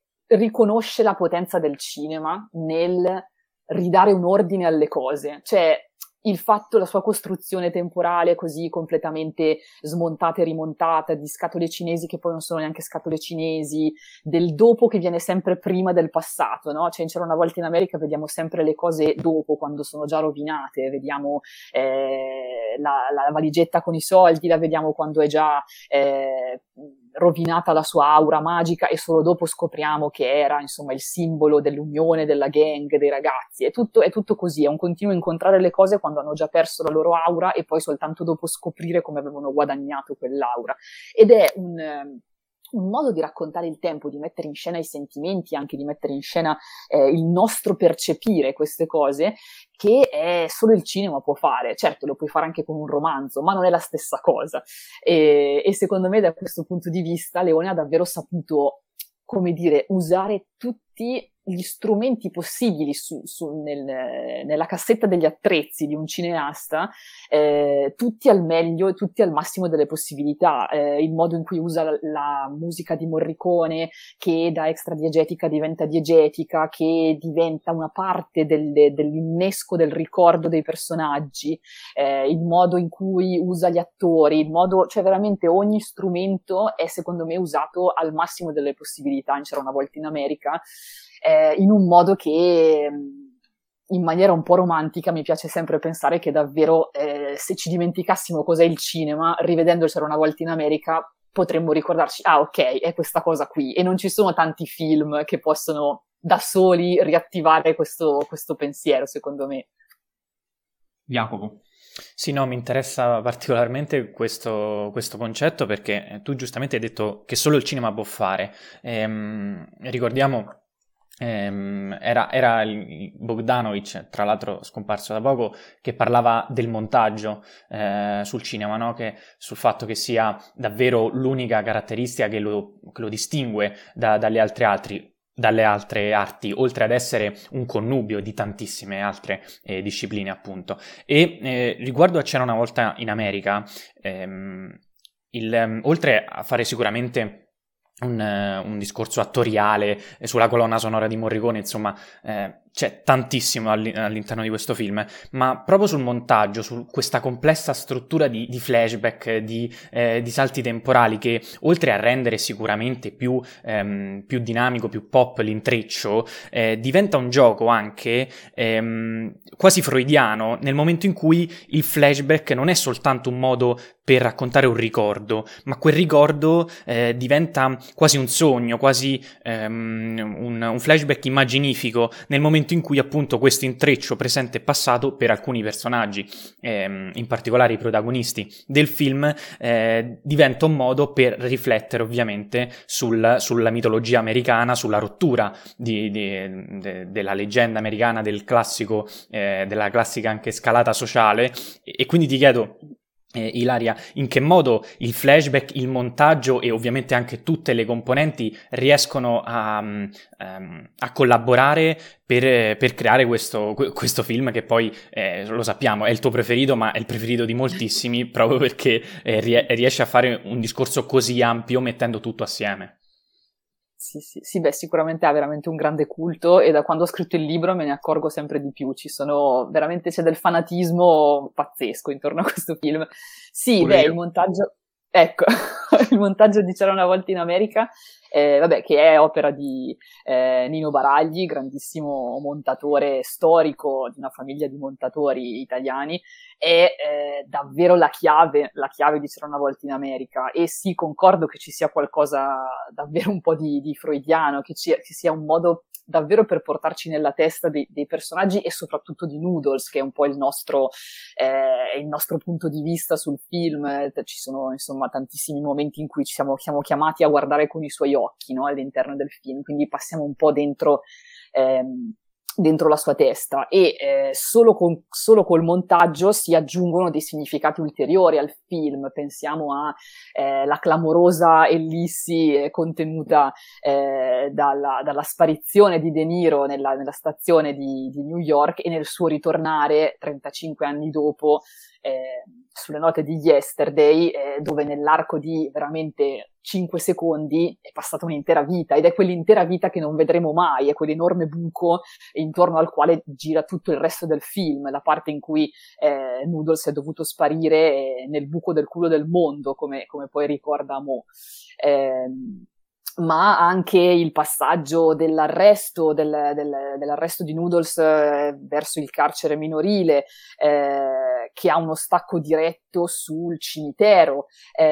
riconosce la potenza del cinema nel ridare un ordine alle cose, cioè il fatto, la sua costruzione temporale così completamente smontata e rimontata, di scatole cinesi che poi non sono neanche scatole cinesi, del dopo che viene sempre prima del passato, no? Cioè in C'era una volta in America vediamo sempre le cose dopo, quando sono già rovinate, vediamo eh, la, la valigetta con i soldi, la vediamo quando è già eh, rovinata la sua aura magica e solo dopo scopriamo che era, insomma, il simbolo dell'unione, della gang, dei ragazzi. È tutto, è tutto così, è un continuo incontrare le cose quando hanno già perso la loro aura e poi soltanto dopo scoprire come avevano guadagnato quell'aura. Ed è un, un modo di raccontare il tempo, di mettere in scena i sentimenti, anche di mettere in scena eh, il nostro percepire queste cose, che è solo il cinema può fare. Certo, lo puoi fare anche con un romanzo, ma non è la stessa cosa. E, e secondo me, da questo punto di vista, Leone ha davvero saputo, come dire, usare tutti gli strumenti possibili su, su, nel, nella cassetta degli attrezzi di un cineasta, eh, tutti al meglio e tutti al massimo delle possibilità. Eh, il modo in cui usa la, la musica di Morricone, che da extradiegetica diventa diegetica, che diventa una parte del, dell'innesco del ricordo dei personaggi, eh, il modo in cui usa gli attori, il modo, cioè veramente ogni strumento è secondo me usato al massimo delle possibilità in C'era una volta in America, Eh, in un modo che in maniera un po' romantica mi piace sempre pensare che davvero eh, se ci dimenticassimo cos'è il cinema, rivedendo C'era una volta in America potremmo ricordarci, ah ok, è questa cosa qui, e non ci sono tanti film che possono da soli riattivare questo, questo pensiero, secondo me. Jacopo. Sì, no, mi interessa particolarmente questo, questo concetto perché tu giustamente hai detto che solo il cinema può fare. Ehm, ricordiamo Ehm, era, era il Bogdanovich, tra l'altro scomparso da poco, che parlava del montaggio eh, sul cinema, no? Che, sul fatto che sia davvero l'unica caratteristica che lo, che lo distingue da, dalle altre altri, dalle altre arti, oltre ad essere un connubio di tantissime altre eh, discipline, appunto. E eh, riguardo a C'era una volta in America, ehm, il, um, oltre a fare sicuramente Un, un discorso attoriale sulla colonna sonora di Morricone, insomma, eh, c'è tantissimo all'interno di questo film, ma proprio sul montaggio, su questa complessa struttura di, di flashback, di, eh, di salti temporali che, oltre a rendere sicuramente più, ehm, più dinamico, più pop l'intreccio, eh, diventa un gioco anche ehm, quasi freudiano, nel momento in cui il flashback non è soltanto un modo per raccontare un ricordo, ma quel ricordo eh, diventa quasi un sogno, quasi ehm, un, un flashback immaginifico, nel momento in cui appunto questo intreccio presente e passato per alcuni personaggi, ehm, in particolare i protagonisti del film, eh, diventa un modo per riflettere ovviamente sul, sulla mitologia americana, sulla rottura di, di, de, della leggenda americana, del classico, eh, della classica anche scalata sociale, e, e quindi ti chiedo, Eh, Ilaria, in che modo il flashback, il montaggio e ovviamente anche tutte le componenti riescono a, um, a collaborare per, per creare questo, questo film che poi, eh, lo sappiamo, è il tuo preferito, ma è il preferito di moltissimi proprio perché eh, rie- riesce a fare un discorso così ampio mettendo tutto assieme. Sì, sì, sì, beh, sicuramente ha veramente un grande culto e da quando ho scritto il libro me ne accorgo sempre di più. Ci sono veramente, c'è del fanatismo pazzesco intorno a questo film. Sì, Pure beh, io. il montaggio, ecco, il montaggio di C'era una volta in America, eh, vabbè, che è opera di eh, Nino Baragli, grandissimo montatore storico di una famiglia di montatori italiani, è eh, davvero la chiave, la chiave di C'era una volta in America. E sì, concordo che ci sia qualcosa davvero un po' di, di freudiano, che, ci, che sia un modo davvero per portarci nella testa dei, dei personaggi e soprattutto di Noodles, che è un po' il nostro, eh, il nostro punto di vista sul film. Ci sono insomma tantissimi momenti in cui ci siamo, siamo chiamati a guardare con i suoi occhi, no? All'interno del film, quindi passiamo un po' dentro ehm, dentro la sua testa e eh, solo, con, solo col montaggio si aggiungono dei significati ulteriori al film. Pensiamo a eh, la clamorosa Ellissi eh, contenuta eh, dalla, dalla sparizione di De Niro nella, nella stazione di, di New York e nel suo ritornare trentacinque anni dopo eh, sulle note di Yesterday, eh, dove nell'arco di veramente cinque secondi è passata un'intera vita, ed è quell'intera vita che non vedremo mai, è quell'enorme buco intorno al quale gira tutto il resto del film, la parte in cui eh, Noodles è dovuto sparire eh, nel buco del culo del mondo, come, come poi ricorda Mo. Eh, ma anche il passaggio dell'arresto, del, del, dell'arresto di Noodles eh, verso il carcere minorile, eh, che ha uno stacco diretto sul cimitero,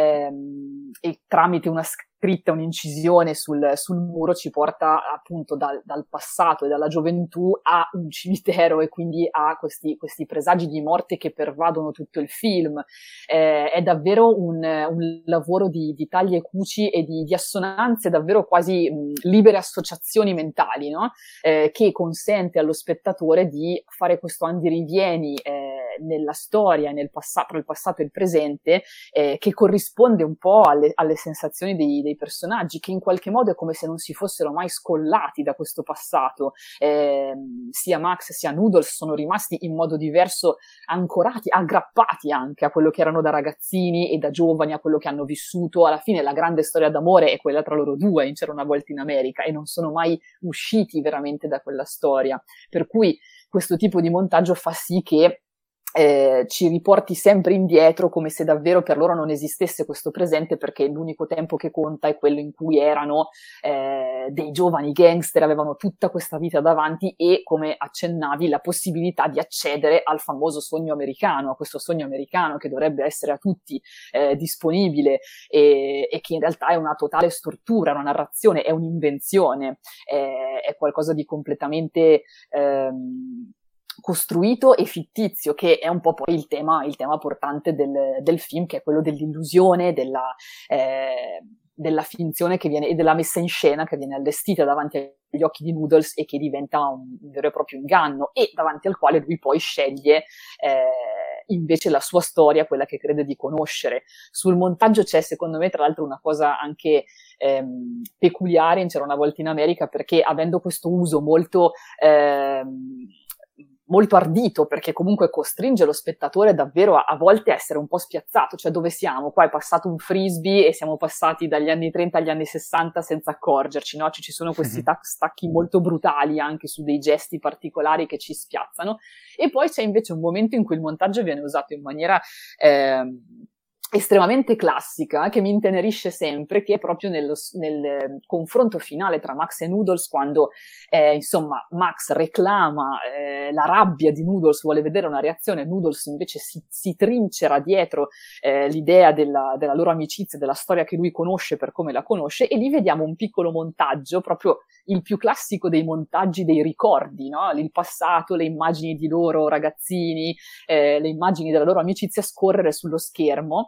ehm, e tramite una scritta, un'incisione sul, sul muro ci porta appunto dal, dal passato e dalla gioventù a un cimitero, e quindi a questi, questi presagi di morte che pervadono tutto il film. Eh, è davvero un, un lavoro di, di tagli e cuci e di, di assonanze, davvero quasi mh, libere associazioni mentali, no? Eh, che consente allo spettatore di fare questo andirivieni eh, nella storia, nel passato, tra il passato e il presente, eh, che corrisponde un po' alle, alle sensazioni dei, dei personaggi, che in qualche modo è come se non si fossero mai scollati da questo passato. Eh, sia Max sia Noodles sono rimasti in modo diverso ancorati, aggrappati anche a quello che erano da ragazzini e da giovani, a quello che hanno vissuto. Alla fine la grande storia d'amore è quella tra loro due in C'era una volta in America, e non sono mai usciti veramente da quella storia. Per cui questo tipo di montaggio fa sì che Eh, ci riporti sempre indietro, come se davvero per loro non esistesse questo presente, perché l'unico tempo che conta è quello in cui erano eh, dei giovani gangster, avevano tutta questa vita davanti e, come accennavi, la possibilità di accedere al famoso sogno americano, a questo sogno americano che dovrebbe essere a tutti eh, disponibile, e, e che in realtà è una totale stortura, una narrazione, è un'invenzione, è, è qualcosa di completamente ehm, costruito e fittizio, che è un po' poi il tema, il tema portante del, del film, che è quello dell'illusione, della, eh, della finzione che viene, e della messa in scena che viene allestita davanti agli occhi di Noodles e che diventa un, un vero e proprio inganno, e davanti al quale lui poi sceglie eh, invece la sua storia, quella che crede di conoscere. Sul montaggio c'è, secondo me, tra l'altro, una cosa anche ehm, peculiare in C'era una volta in America, perché avendo questo uso molto ehm, molto ardito, perché comunque costringe lo spettatore davvero a, a volte a essere un po' spiazzato, cioè dove siamo? Qua è passato un frisbee e siamo passati dagli anni trenta agli anni sessanta senza accorgerci, no? Ci, ci sono questi tac- stacchi molto brutali anche su dei gesti particolari che ci spiazzano, e poi c'è invece un momento in cui il montaggio viene usato in maniera eh, estremamente classica, che mi intenerisce sempre, che è proprio nello, nel confronto finale tra Max e Noodles, quando eh, insomma Max reclama eh, la rabbia di Noodles, vuole vedere una reazione, Noodles invece si, si trincera dietro eh, l'idea della, della loro amicizia, della storia che lui conosce per come la conosce, e lì vediamo un piccolo montaggio, proprio il più classico dei montaggi dei ricordi, no? Il passato, le immagini di loro ragazzini, eh, le immagini della loro amicizia scorrere sullo schermo,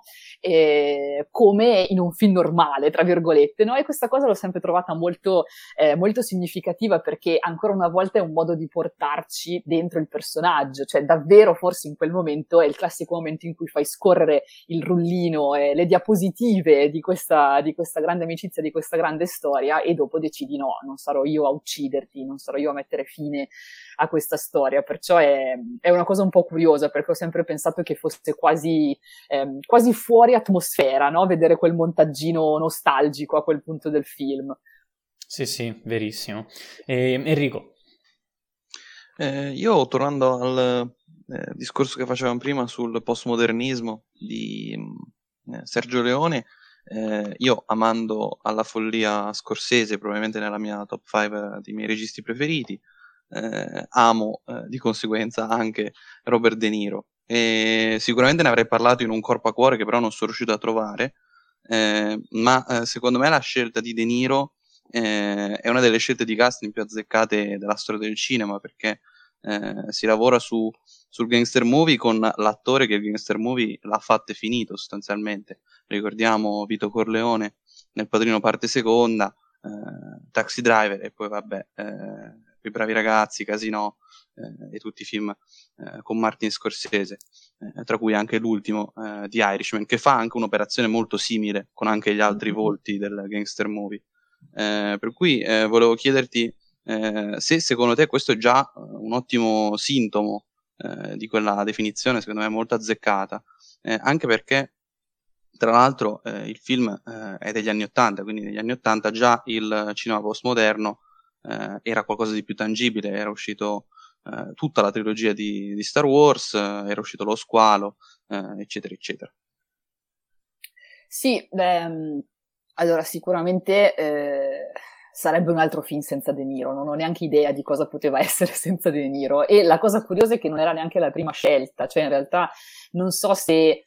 eh, come in un film normale, tra virgolette, no? E questa cosa l'ho sempre trovata molto, eh, molto significativa, perché ancora una volta è un modo di portarci dentro il personaggio, cioè davvero forse in quel momento è il classico momento in cui fai scorrere il rullino e le diapositive di questa, di questa grande amicizia, di questa grande storia, e dopo decidi no, non sarò io a ucciderti, non sarò io a mettere fine a questa storia. Perciò è, è una cosa un po' curiosa, perché ho sempre pensato che fosse quasi, ehm, quasi fuori atmosfera, no? Vedere quel montaggino nostalgico a quel punto del film. Sì, sì, verissimo. E, Enrico? Eh, io, tornando al eh, discorso che facevamo prima sul postmodernismo di eh, Sergio Leone, eh, io, amando alla follia Scorsese, probabilmente nella mia top cinque dei miei registi preferiti, eh, amo eh, di conseguenza anche Robert De Niro, e sicuramente ne avrei parlato in Un corpo a cuore, che però non sono riuscito a trovare, eh, ma eh, secondo me la scelta di De Niro eh, è una delle scelte di casting più azzeccate della storia del cinema, perché eh, si lavora su, sul gangster movie con l'attore che il gangster movie l'ha fatto e finito sostanzialmente. Ricordiamo Vito Corleone nel Padrino parte seconda, eh, Taxi Driver, e poi vabbè eh, I bravi ragazzi, Casino eh, e tutti i film eh, con Martin Scorsese, eh, tra cui anche l'ultimo eh, di Irishman, che fa anche un'operazione molto simile con anche gli altri volti del gangster movie. Eh, per cui eh, volevo chiederti eh, se secondo te questo è già uh, un ottimo sintomo eh, di quella definizione, secondo me molto azzeccata, eh, anche perché tra l'altro eh, il film eh, è degli anni ottanta, quindi negli anni ottanta già il cinema postmoderno eh, era qualcosa di più tangibile, era uscito eh, tutta la trilogia di, di Star Wars, eh, era uscito Lo Squalo, eh, eccetera, eccetera. Sì, beh, allora sicuramente eh, sarebbe un altro film senza De Niro, non ho neanche idea di cosa poteva essere senza De Niro, e la cosa curiosa è che non era neanche la prima scelta, cioè in realtà non so se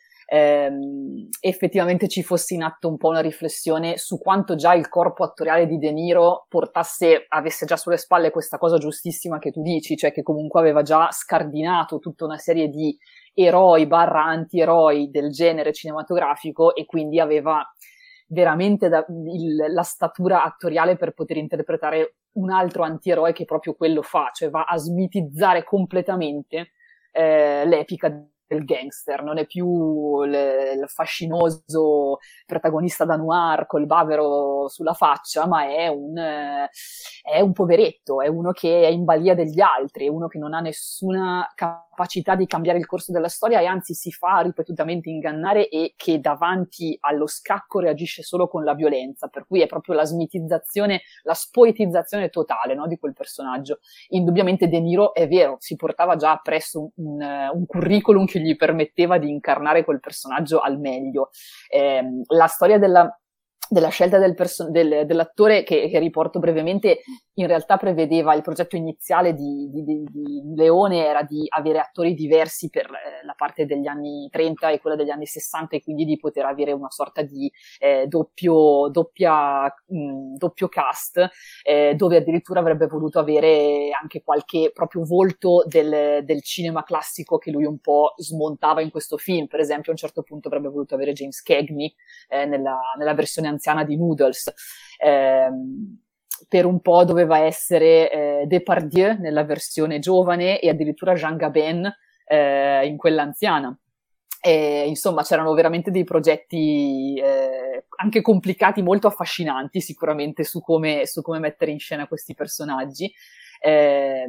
ehm, effettivamente ci fosse in atto un po' una riflessione su quanto già il corpo attoriale di De Niro portasse, avesse già sulle spalle questa cosa giustissima che tu dici, cioè che comunque aveva già scardinato tutta una serie di eroi barra anti-eroi del genere cinematografico e quindi aveva veramente da, il, la statura attoriale per poter interpretare un altro antieroe che proprio quello fa, cioè va a smitizzare completamente eh, l'epica del gangster, non è più le, il fascinoso protagonista da noir col bavero sulla faccia, ma è un, eh, è un poveretto, è uno che è in balia degli altri, è uno che non ha nessuna capacità di cambiare il corso della storia e anzi si fa ripetutamente ingannare e che davanti allo scacco reagisce solo con la violenza, per cui è proprio la smitizzazione, la spoetizzazione totale, no, di quel personaggio. Indubbiamente De Niro, è vero, si portava già appresso un, un, un curriculum che gli permetteva di incarnare quel personaggio al meglio. Eh, la storia della della scelta del perso- del, dell'attore che, che riporto brevemente, in realtà prevedeva il progetto iniziale di, di, di, di Leone era di avere attori diversi per eh, la parte degli anni trenta e quella degli anni sessanta e quindi di poter avere una sorta di eh, doppio, doppia, mh, doppio cast eh, dove addirittura avrebbe voluto avere anche qualche proprio volto del, del cinema classico che lui un po' smontava in questo film. Per esempio a un certo punto avrebbe voluto avere James Cagney eh, nella, nella versione anziana di Noodles, eh, per un po' doveva essere eh, Depardieu nella versione giovane e addirittura Jean Gabin eh, in quella anziana. E, insomma c'erano veramente dei progetti eh, anche complicati, molto affascinanti sicuramente su come, su come mettere in scena questi personaggi. Eh,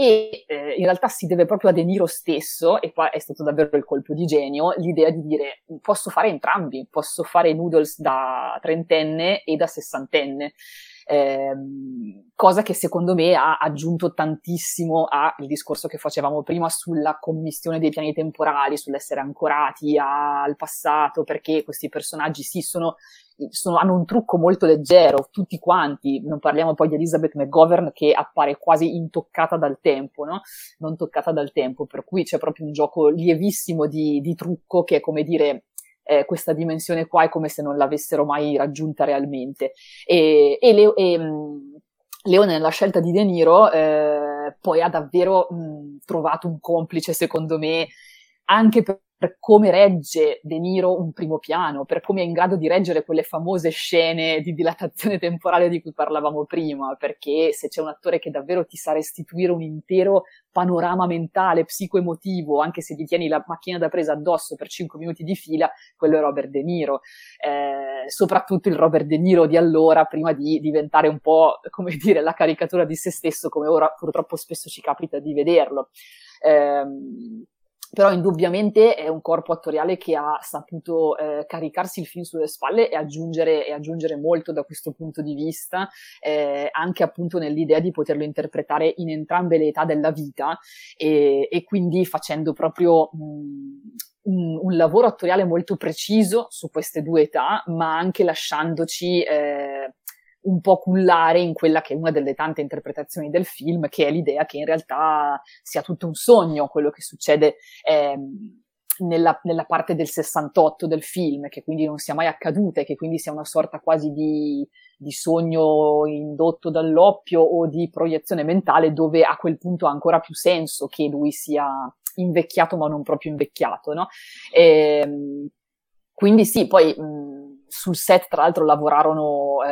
e eh, in realtà si deve proprio a De Niro stesso, e qua è stato davvero il colpo di genio, l'idea di dire posso fare entrambi, posso fare Noodles da trentenne e da sessantenne, eh, cosa che secondo me ha aggiunto tantissimo al discorso che facevamo prima sulla commistione dei piani temporali, sull'essere ancorati al passato, perché questi personaggi sì sono Sono, hanno un trucco molto leggero, tutti quanti, non parliamo poi di Elizabeth McGovern che appare quasi intoccata dal tempo, no? Non toccata dal tempo, per cui c'è proprio un gioco lievissimo di, di trucco che è come dire eh, questa dimensione qua è come se non l'avessero mai raggiunta realmente. E, e, le, e mh, Leone nella scelta di De Niro eh, poi ha davvero mh, trovato un complice, secondo me, anche per per come regge De Niro un primo piano, per come è in grado di reggere quelle famose scene di dilatazione temporale di cui parlavamo prima, perché se c'è un attore che davvero ti sa restituire un intero panorama mentale, psicoemotivo, anche se gli tieni la macchina da presa addosso per cinque minuti di fila, quello è Robert De Niro. Eh, soprattutto il Robert De Niro di allora, prima di diventare un po', come dire, la caricatura di se stesso, come ora purtroppo spesso ci capita di vederlo. Eh, Però indubbiamente è un corpo attoriale che ha saputo eh, caricarsi il film sulle spalle e aggiungere, e aggiungere molto da questo punto di vista, eh, anche appunto nell'idea di poterlo interpretare in entrambe le età della vita e, e quindi facendo proprio mh, un, un lavoro attoriale molto preciso su queste due età, ma anche lasciandoci eh, un po' cullare in quella che è una delle tante interpretazioni del film, che è l'idea che in realtà sia tutto un sogno quello che succede ehm, nella, nella parte del sessantotto del film, che quindi non sia mai accaduta e che quindi sia una sorta quasi di, di sogno indotto dall'oppio o di proiezione mentale, dove a quel punto ha ancora più senso che lui sia invecchiato ma non proprio invecchiato, no? E, quindi sì, poi mh, sul set tra l'altro lavorarono eh,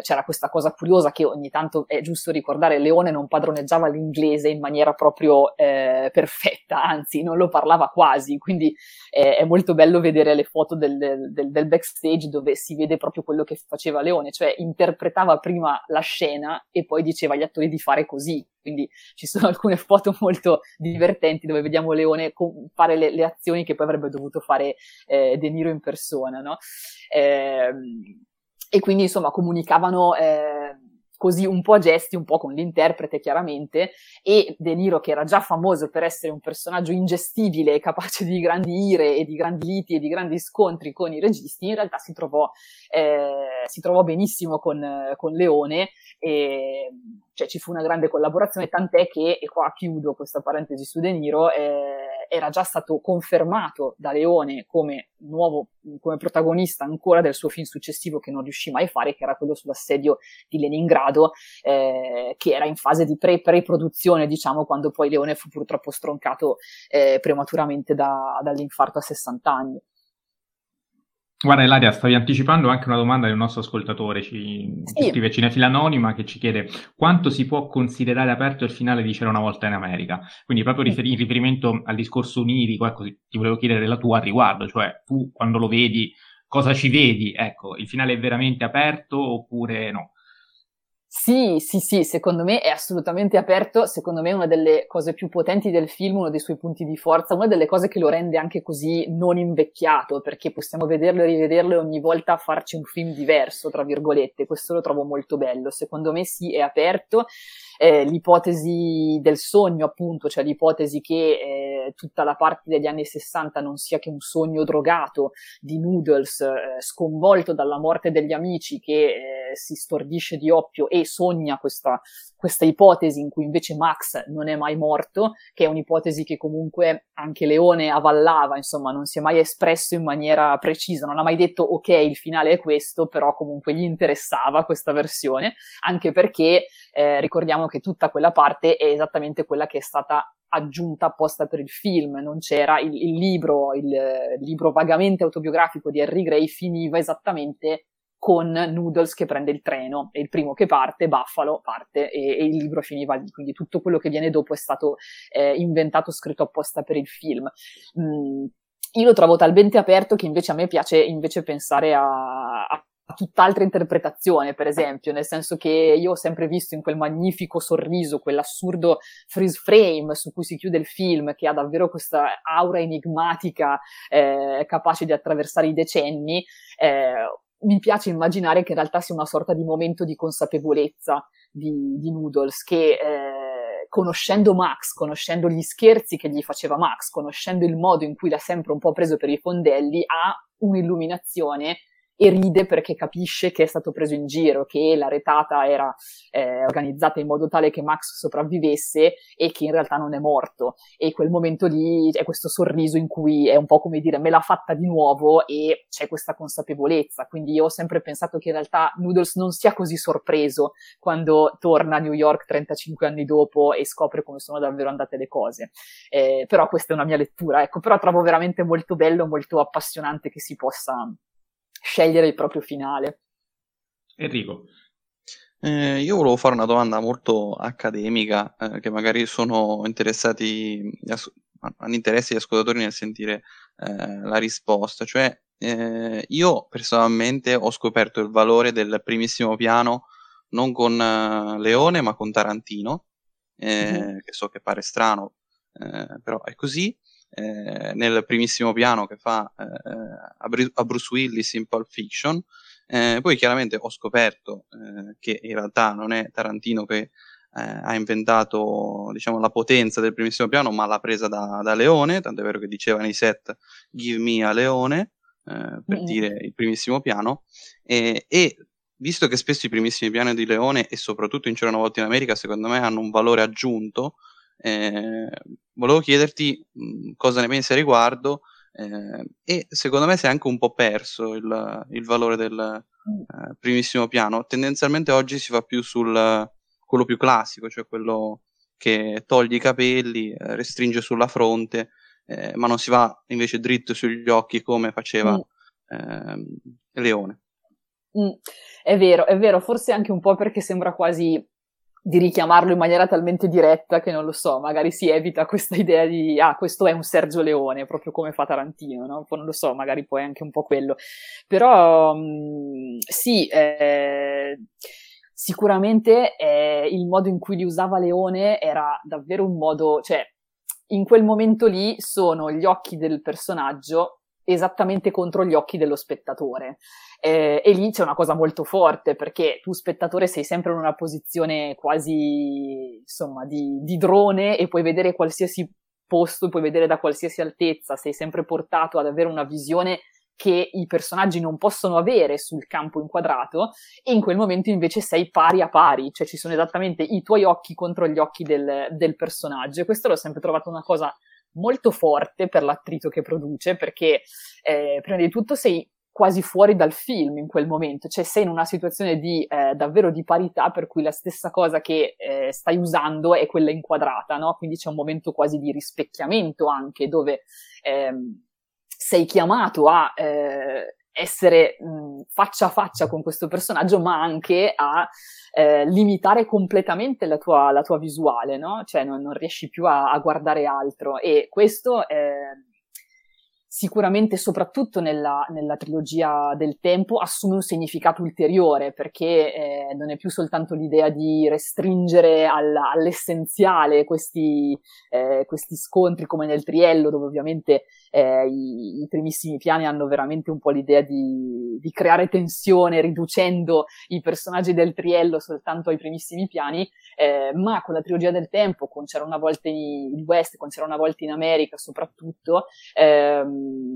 c'era questa cosa curiosa che ogni tanto è giusto ricordare, Leone non padroneggiava l'inglese in maniera proprio eh, perfetta, anzi non lo parlava quasi, quindi eh, è molto bello vedere le foto del, del, del backstage dove si vede proprio quello che faceva Leone, cioè interpretava prima la scena e poi diceva agli attori di fare così, quindi ci sono alcune foto molto divertenti dove vediamo Leone fare le, le azioni che poi avrebbe dovuto fare eh, De Niro in persona, no? Eh, e quindi insomma comunicavano eh, così un po' a gesti, un po' con l'interprete chiaramente, e De Niro, che era già famoso per essere un personaggio ingestibile, capace di grandi ire e di grandi liti e di grandi scontri con i registi, in realtà si trovò, eh, si trovò benissimo con, con Leone, e cioè ci fu una grande collaborazione, tant'è che, e qua chiudo questa parentesi su De Niro, eh, era già stato confermato da Leone come nuovo, come protagonista ancora del suo film successivo che non riuscì mai a fare, che era quello sull'assedio di Leningrado, eh, che era in fase di pre- pre-produzione, diciamo, quando poi Leone fu purtroppo stroncato eh, prematuramente da, dall'infarto a sessanta anni. Guarda Ilaria, stavi anticipando anche una domanda del nostro ascoltatore, ci, Sì. ci scrive Cinefila Anonima, che ci chiede quanto si può considerare aperto il finale di C'era una volta in America, quindi proprio rifer- in riferimento al discorso onirico, ecco, ti volevo chiedere la tua a riguardo, cioè tu quando lo vedi cosa ci vedi, ecco, il finale è veramente aperto oppure no? Sì, sì, sì, secondo me è assolutamente aperto, secondo me è una delle cose più potenti del film, uno dei suoi punti di forza, una delle cose che lo rende anche così non invecchiato, perché possiamo vederlo e rivederlo e ogni volta farci un film diverso, tra virgolette, questo lo trovo molto bello, secondo me sì, è aperto, eh, l'ipotesi del sogno appunto, cioè l'ipotesi che eh, tutta la parte degli anni sessanta non sia che un sogno drogato di Noodles, eh, sconvolto dalla morte degli amici, che eh, si stordisce di oppio e sogna questa, questa ipotesi in cui invece Max non è mai morto, che è un'ipotesi che comunque anche Leone avallava, insomma non si è mai espresso in maniera precisa, non ha mai detto ok il finale è questo, però comunque gli interessava questa versione, anche perché eh, ricordiamo che tutta quella parte è esattamente quella che è stata aggiunta apposta per il film, non c'era il, il libro, il, il libro vagamente autobiografico di Harry Gray finiva esattamente con Noodles che prende il treno, e il primo che parte, Buffalo, parte, e, e il libro finiva lì, quindi tutto quello che viene dopo è stato eh, inventato, scritto apposta per il film. Mm, io lo trovo talmente aperto che invece a me piace invece pensare a, a tutt'altra interpretazione, per esempio, nel senso che io ho sempre visto in quel magnifico sorriso, quell'assurdo freeze frame su cui si chiude il film, che ha davvero questa aura enigmatica eh, capace di attraversare i decenni, eh, mi piace immaginare che in realtà sia una sorta di momento di consapevolezza di, di Noodles, che eh, conoscendo Max, conoscendo gli scherzi che gli faceva Max, conoscendo il modo in cui l'ha sempre un po' preso per i fondelli, ha un'illuminazione e ride perché capisce che è stato preso in giro, che la retata era eh, organizzata in modo tale che Max sopravvivesse e che in realtà non è morto. E quel momento lì è questo sorriso in cui è un po' come dire me l'ha fatta di nuovo e c'è questa consapevolezza. Quindi io ho sempre pensato che in realtà Noodles non sia così sorpreso quando torna a New York trentacinque anni dopo e scopre come sono davvero andate le cose. Eh, però questa è una mia lettura, ecco, però trovo veramente molto bello, molto appassionante che si possa scegliere il proprio finale. Enrico. Eh, io volevo fare una domanda molto accademica, eh, che magari sono interessati, as- hanno interesse gli ascoltatori nel sentire eh, la risposta. Cioè, eh, io personalmente ho scoperto il valore del primissimo piano non con eh, Leone, ma con Tarantino, eh, Mm-hmm. che so che pare strano, eh, però è così. Eh, nel primissimo piano che fa eh, a, Bru- a Bruce Willis in Pulp Fiction. Eh, poi chiaramente ho scoperto eh, che in realtà non è Tarantino che eh, ha inventato, diciamo, la potenza del primissimo piano, ma l'ha presa da, da Leone, tant'è vero che diceva nei set "Give me a Leone", eh, per Mm-hmm. dire il primissimo piano, e, e visto che spesso i primissimi piani di Leone e soprattutto in C'era una volta in America secondo me hanno un valore aggiunto, eh, volevo chiederti mh, cosa ne pensi a riguardo. Eh, e secondo me si è anche un po' perso il, il valore del eh, primissimo piano. Tendenzialmente oggi si va più sul quello più classico, cioè quello che toglie i capelli, eh, restringe sulla fronte, eh, ma non si va invece dritto sugli occhi come faceva Mm. eh, Leone. Mm, è vero, è vero, forse anche un po' perché sembra quasi di richiamarlo in maniera talmente diretta che non lo so, magari si evita questa idea di ah, questo è un Sergio Leone, proprio come fa Tarantino, no? Poi non lo so, magari poi è anche un po' quello. Però mh, sì, eh, sicuramente eh, il modo in cui li usava Leone era davvero un modo, cioè in quel momento lì sono gli occhi del personaggio esattamente contro gli occhi dello spettatore. Eh, e lì c'è una cosa molto forte, perché tu spettatore sei sempre in una posizione quasi, insomma, di, di drone e puoi vedere qualsiasi posto, puoi vedere da qualsiasi altezza, sei sempre portato ad avere una visione che i personaggi non possono avere sul campo inquadrato, e in quel momento invece sei pari a pari, cioè ci sono esattamente i tuoi occhi contro gli occhi del, del personaggio, e questo l'ho sempre trovato una cosa molto forte per l'attrito che produce, perché eh, prima di tutto sei quasi fuori dal film in quel momento, cioè sei in una situazione di eh, davvero di parità, per cui la stessa cosa che eh, stai usando è quella inquadrata, no? Quindi c'è un momento quasi di rispecchiamento anche, dove ehm, sei chiamato a eh, essere mh, faccia a faccia con questo personaggio, ma anche a eh, limitare completamente la tua, la tua visuale, no? Cioè non, non riesci più a, a guardare altro, e questo eh, sicuramente, soprattutto nella, nella trilogia del tempo, assume un significato ulteriore, perché eh, non è più soltanto l'idea di restringere al, all'essenziale questi, eh, questi scontri come nel Triello, dove ovviamente eh, i, i primissimi piani hanno veramente un po' l'idea di, di creare tensione riducendo i personaggi del Triello soltanto ai primissimi piani, eh, ma con la trilogia del tempo, con C'era una volta in West, con C'era una volta in America soprattutto, ehm,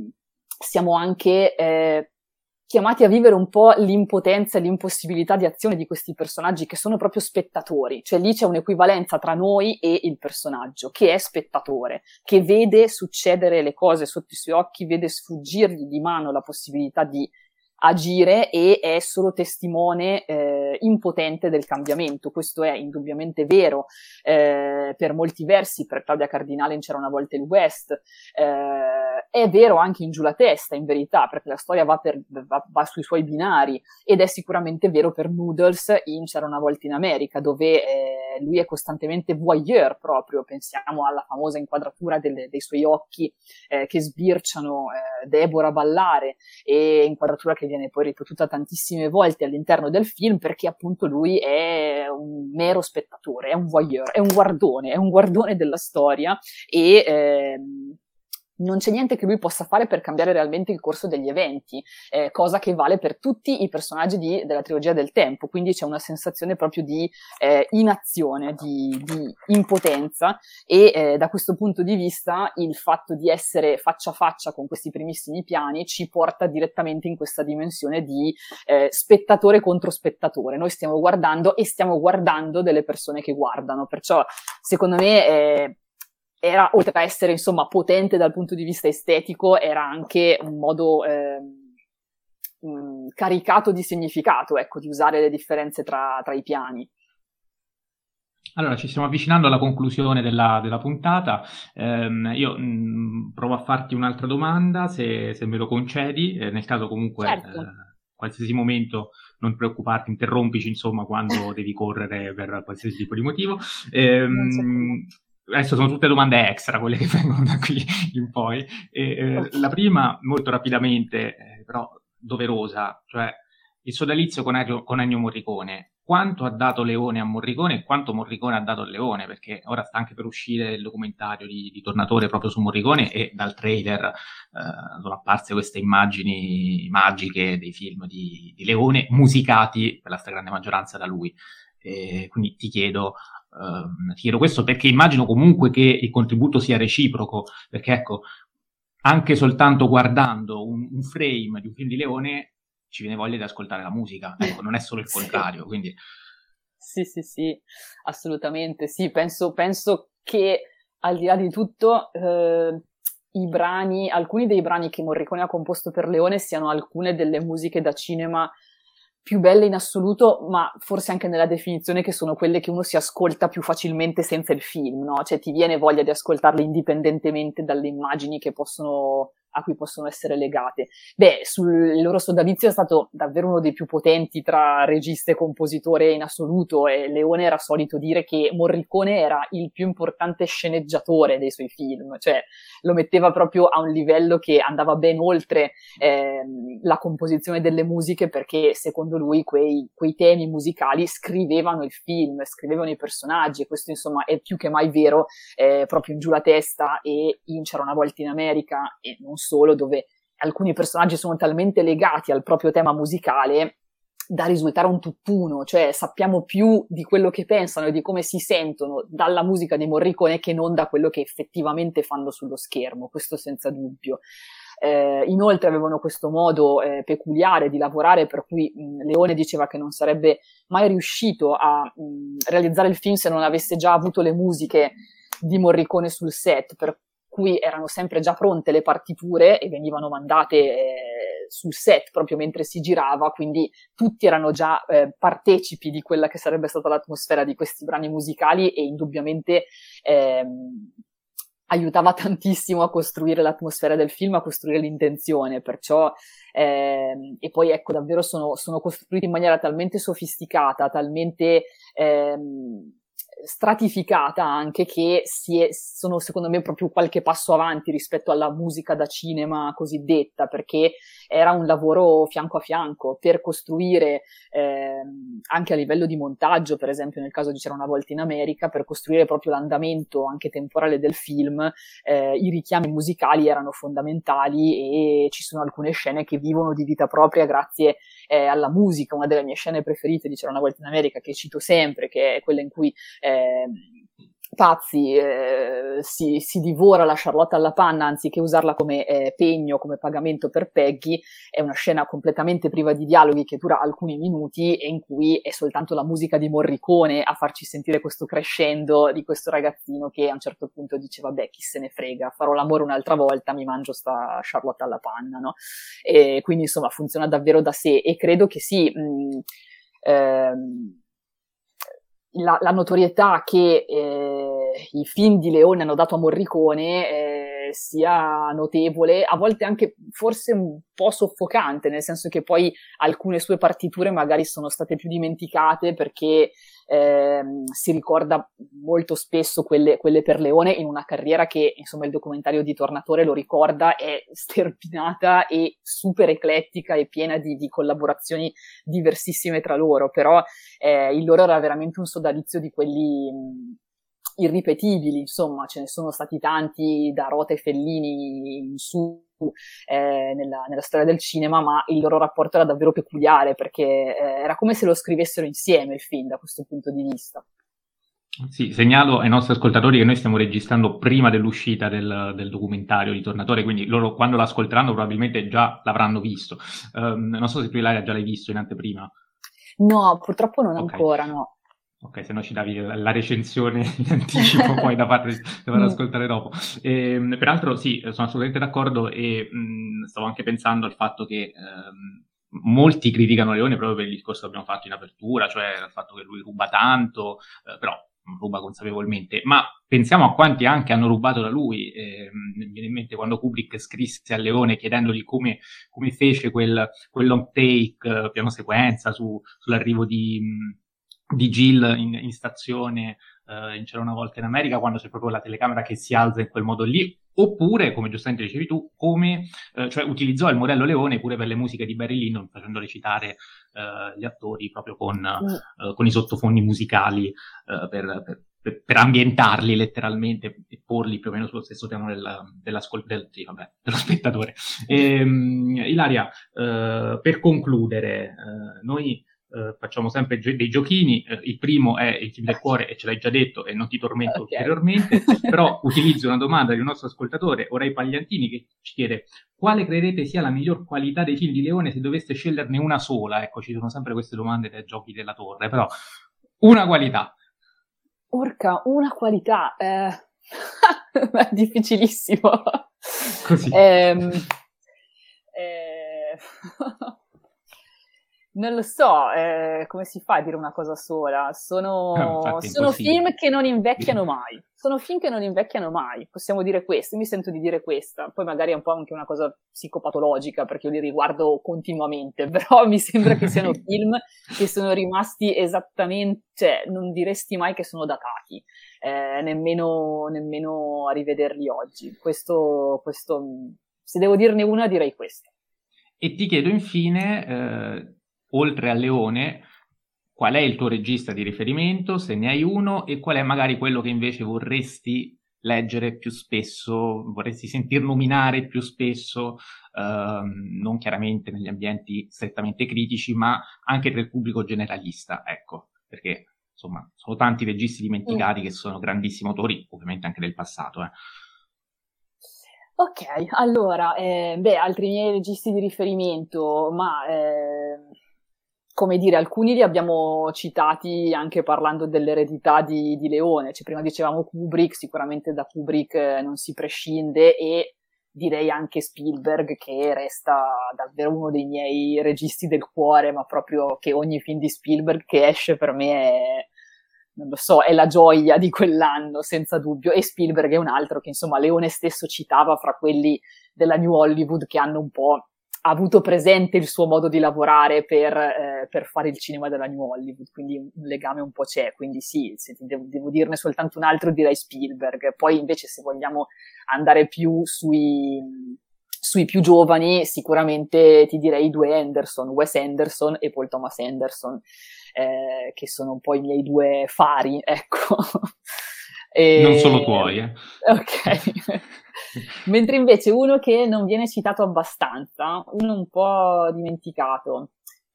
siamo anche eh, chiamati a vivere un po' l'impotenza e l'impossibilità di azione di questi personaggi, che sono proprio spettatori, cioè lì c'è un'equivalenza tra noi e il personaggio, che è spettatore, che vede succedere le cose sotto i suoi occhi, vede sfuggirgli di mano la possibilità di agire, e è solo testimone eh, impotente del cambiamento. Questo è indubbiamente vero eh, per molti versi per Claudia Cardinale in C'era una volta il West, eh, è vero anche in Giù la testa, in verità, perché la storia va, per, va, va sui suoi binari, ed è sicuramente vero per Noodles in C'era una volta in America, dove eh, lui è costantemente voyeur proprio. Pensiamo alla famosa inquadratura delle, dei suoi occhi eh, che sbirciano eh, Deborah ballare, e inquadratura che viene poi ripetuta tantissime volte all'interno del film, perché appunto lui è un mero spettatore, è un voyeur, è un guardone, è un guardone della storia, e ehm, non c'è niente che lui possa fare per cambiare realmente il corso degli eventi, eh, cosa che vale per tutti i personaggi di, della trilogia del tempo, quindi c'è una sensazione proprio di eh, inazione, di, di impotenza, e eh, da questo punto di vista il fatto di essere faccia a faccia con questi primissimi piani ci porta direttamente in questa dimensione di eh, spettatore contro spettatore. Noi stiamo guardando e stiamo guardando delle persone che guardano, perciò secondo me eh, era, oltre a essere insomma potente dal punto di vista estetico, era anche un modo eh, mh, caricato di significato, ecco, di usare le differenze tra, tra i piani. Allora, ci stiamo avvicinando alla conclusione della, della puntata. Um, io mh, provo a farti un'altra domanda, se, se me lo concedi. Eh, nel caso comunque, certo. eh, qualsiasi momento, non preoccuparti, interrompici insomma quando devi correre per qualsiasi tipo di motivo. Um, Adesso sono tutte domande extra, quelle che vengono da qui in poi. E, eh, okay. La prima, molto rapidamente, eh, però doverosa, cioè il sodalizio con, Ennio, con Ennio Morricone. Quanto ha dato Leone a Morricone e quanto Morricone ha dato a Leone? Perché ora sta anche per uscire il documentario di, di Tornatore proprio su Morricone, e dal trailer eh, sono apparse queste immagini magiche dei film di, di Leone, musicati per la stragrande maggioranza da lui. E quindi ti chiedo... Uh, ti chiedo questo perché immagino comunque che il contributo sia reciproco, perché ecco, anche soltanto guardando un, un frame di un film di Leone ci viene voglia di ascoltare la musica, ecco, non è solo il contrario, sì. Quindi... Sì, sì, sì, assolutamente, sì, penso, penso che al di là di tutto eh, i brani, alcuni dei brani che Morricone ha composto per Leone siano alcune delle musiche da cinema più belle in assoluto, ma forse anche nella definizione, che sono quelle che uno si ascolta più facilmente senza il film, no? Cioè ti viene voglia di ascoltarle indipendentemente dalle immagini che possono a cui possono essere legate. Beh, sul il loro sodalizio è stato davvero uno dei più potenti tra regista e compositore in assoluto, e Leone era solito dire che Morricone era il più importante sceneggiatore dei suoi film, cioè lo metteva proprio a un livello che andava ben oltre eh, la composizione delle musiche, perché secondo lui quei, quei temi musicali scrivevano il film, scrivevano i personaggi, e questo insomma è più che mai vero eh, proprio in Giù la testa e in C'era una volta in America, e non solo, dove alcuni personaggi sono talmente legati al proprio tema musicale da risultare un tutt'uno, cioè sappiamo più di quello che pensano e di come si sentono dalla musica di Morricone che non da quello che effettivamente fanno sullo schermo, questo senza dubbio. Eh, inoltre avevano questo modo eh, peculiare di lavorare, per cui mh, Leone diceva che non sarebbe mai riuscito a mh, realizzare il film se non avesse già avuto le musiche di Morricone sul set, per cui erano sempre già pronte le partiture e venivano mandate eh, sul set proprio mentre si girava, quindi tutti erano già eh, partecipi di quella che sarebbe stata l'atmosfera di questi brani musicali, e indubbiamente ehm, aiutava tantissimo a costruire l'atmosfera del film, a costruire l'intenzione, perciò ehm, e poi ecco davvero sono, sono costruiti in maniera talmente sofisticata, talmente ehm, stratificata anche, che si è, sono secondo me proprio qualche passo avanti rispetto alla musica da cinema cosiddetta, perché era un lavoro fianco a fianco per costruire ehm, anche a livello di montaggio, per esempio nel caso di C'era una volta in America, per costruire proprio l'andamento anche temporale del film, eh, i richiami musicali erano fondamentali, e ci sono alcune scene che vivono di vita propria grazie eh, alla musica. Una delle mie scene preferite di C'era una volta in America, che cito sempre, che è quella in cui Eh, Pazzi eh, si, si divora la Charlotte alla panna anziché usarla come eh, pegno, come pagamento per Peggy. È una scena completamente priva di dialoghi che dura alcuni minuti, e in cui è soltanto la musica di Morricone a farci sentire questo crescendo di questo ragazzino che a un certo punto dice vabbè, chi se ne frega, farò l'amore un'altra volta, mi mangio sta Charlotte alla panna, no? E quindi insomma funziona davvero da sé, e credo che sì mh, ehm, La, la notorietà che eh, i film di Leone hanno dato a Morricone eh, sia notevole, a volte anche forse un po' soffocante, nel senso che poi alcune sue partiture magari sono state più dimenticate, perché eh, si ricorda molto spesso quelle, quelle per Leone, in una carriera che, insomma, il documentario di Tornatore lo ricorda, è sterminata e super eclettica e piena di, di collaborazioni diversissime tra loro, però eh, il loro era veramente un sodalizio di quelli mh, irripetibili, insomma, ce ne sono stati tanti da Rota e Fellini in su eh, nella, nella storia del cinema, ma il loro rapporto era davvero peculiare, perché eh, era come se lo scrivessero insieme il film da questo punto di vista. Sì, segnalo ai nostri ascoltatori che noi stiamo registrando prima dell'uscita del, del documentario di Tornatore, quindi loro quando l'ascolteranno probabilmente già l'avranno visto. Um, non so se tu, Ilaria, già l'hai visto in anteprima. No, purtroppo non okay. ancora, no. Ok, se no ci davi la recensione in anticipo poi da far, da far ascoltare dopo. E, peraltro sì, sono assolutamente d'accordo, e mh, stavo anche pensando al fatto che ehm, molti criticano Leone proprio per il discorso che abbiamo fatto in apertura, cioè il fatto che lui ruba tanto, eh, però ruba consapevolmente, ma pensiamo a quanti anche hanno rubato da lui. Eh, mi viene in mente quando Kubrick scrisse a Leone chiedendogli come, come fece quel, quel long take, piano sequenza su, sull'arrivo di... Mh, di Jill in, in stazione uh, in C'era una volta in America, quando c'è proprio la telecamera che si alza in quel modo lì, oppure, come giustamente dicevi tu, come uh, cioè utilizzò il modello Leone pure per le musiche di Barry Lyndon, facendo recitare uh, gli attori proprio con, uh, con i sottofondi musicali uh, per, per, per ambientarli letteralmente e porli più o meno sullo stesso piano del, dell'ascol- del, sì, vabbè, dello spettatore. E, um, Ilaria, uh, per concludere, uh, noi Uh, facciamo sempre gi- dei giochini, uh, il primo è il film del cuore, e ce l'hai già detto e non ti tormento okay. ulteriormente, però utilizzo una domanda di un nostro ascoltatore, Oray Pagliantini, che ci chiede: quale credete sia la miglior qualità dei film di Leone se doveste sceglierne una sola? Ecco, ci sono sempre queste domande dai giochi della torre, però una qualità. Orca, una qualità, eh... è difficilissimo. Così. Ehm... Eh... Non lo so, eh, come si fa a dire una cosa sola? Sono, sono film che non invecchiano mai. Sono film che non invecchiano mai, possiamo dire questo. Io mi sento di dire questa. Poi magari è un po' anche una cosa psicopatologica, perché io li riguardo continuamente, però mi sembra che siano film che sono rimasti esattamente, cioè non diresti mai che sono datati, eh, nemmeno, nemmeno a rivederli oggi. Questo, questo, se devo dirne una, direi questa. E ti chiedo infine... Eh... oltre a Leone, qual è il tuo regista di riferimento, se ne hai uno, e qual è magari quello che invece vorresti leggere più spesso, vorresti sentir nominare più spesso, ehm, non chiaramente negli ambienti strettamente critici, ma anche tra il pubblico generalista, ecco, perché insomma sono tanti registi dimenticati mm. che sono grandissimi autori, ovviamente anche del passato, eh. Ok, allora, eh, beh, altri miei registi di riferimento, ma... Eh... come dire, alcuni li abbiamo citati anche parlando dell'eredità di, di Leone, cioè prima dicevamo Kubrick, sicuramente da Kubrick non si prescinde, e direi anche Spielberg, che resta davvero uno dei miei registi del cuore, ma proprio che ogni film di Spielberg che esce per me è, non lo so, è la gioia di quell'anno, senza dubbio, e Spielberg è un altro che insomma Leone stesso citava fra quelli della New Hollywood che hanno un po' ha avuto presente il suo modo di lavorare per, eh, per fare il cinema della New Hollywood, quindi un legame un po' c'è, quindi sì, se devo, devo dirne soltanto un altro direi Spielberg. Poi invece se vogliamo andare più sui, sui più giovani, sicuramente ti direi i due Anderson, Wes Anderson e Paul Thomas Anderson, eh, che sono un po' i miei due fari, ecco. E... non solo tuoi, eh. Ok. Mentre invece uno che non viene citato abbastanza, uno un po' dimenticato,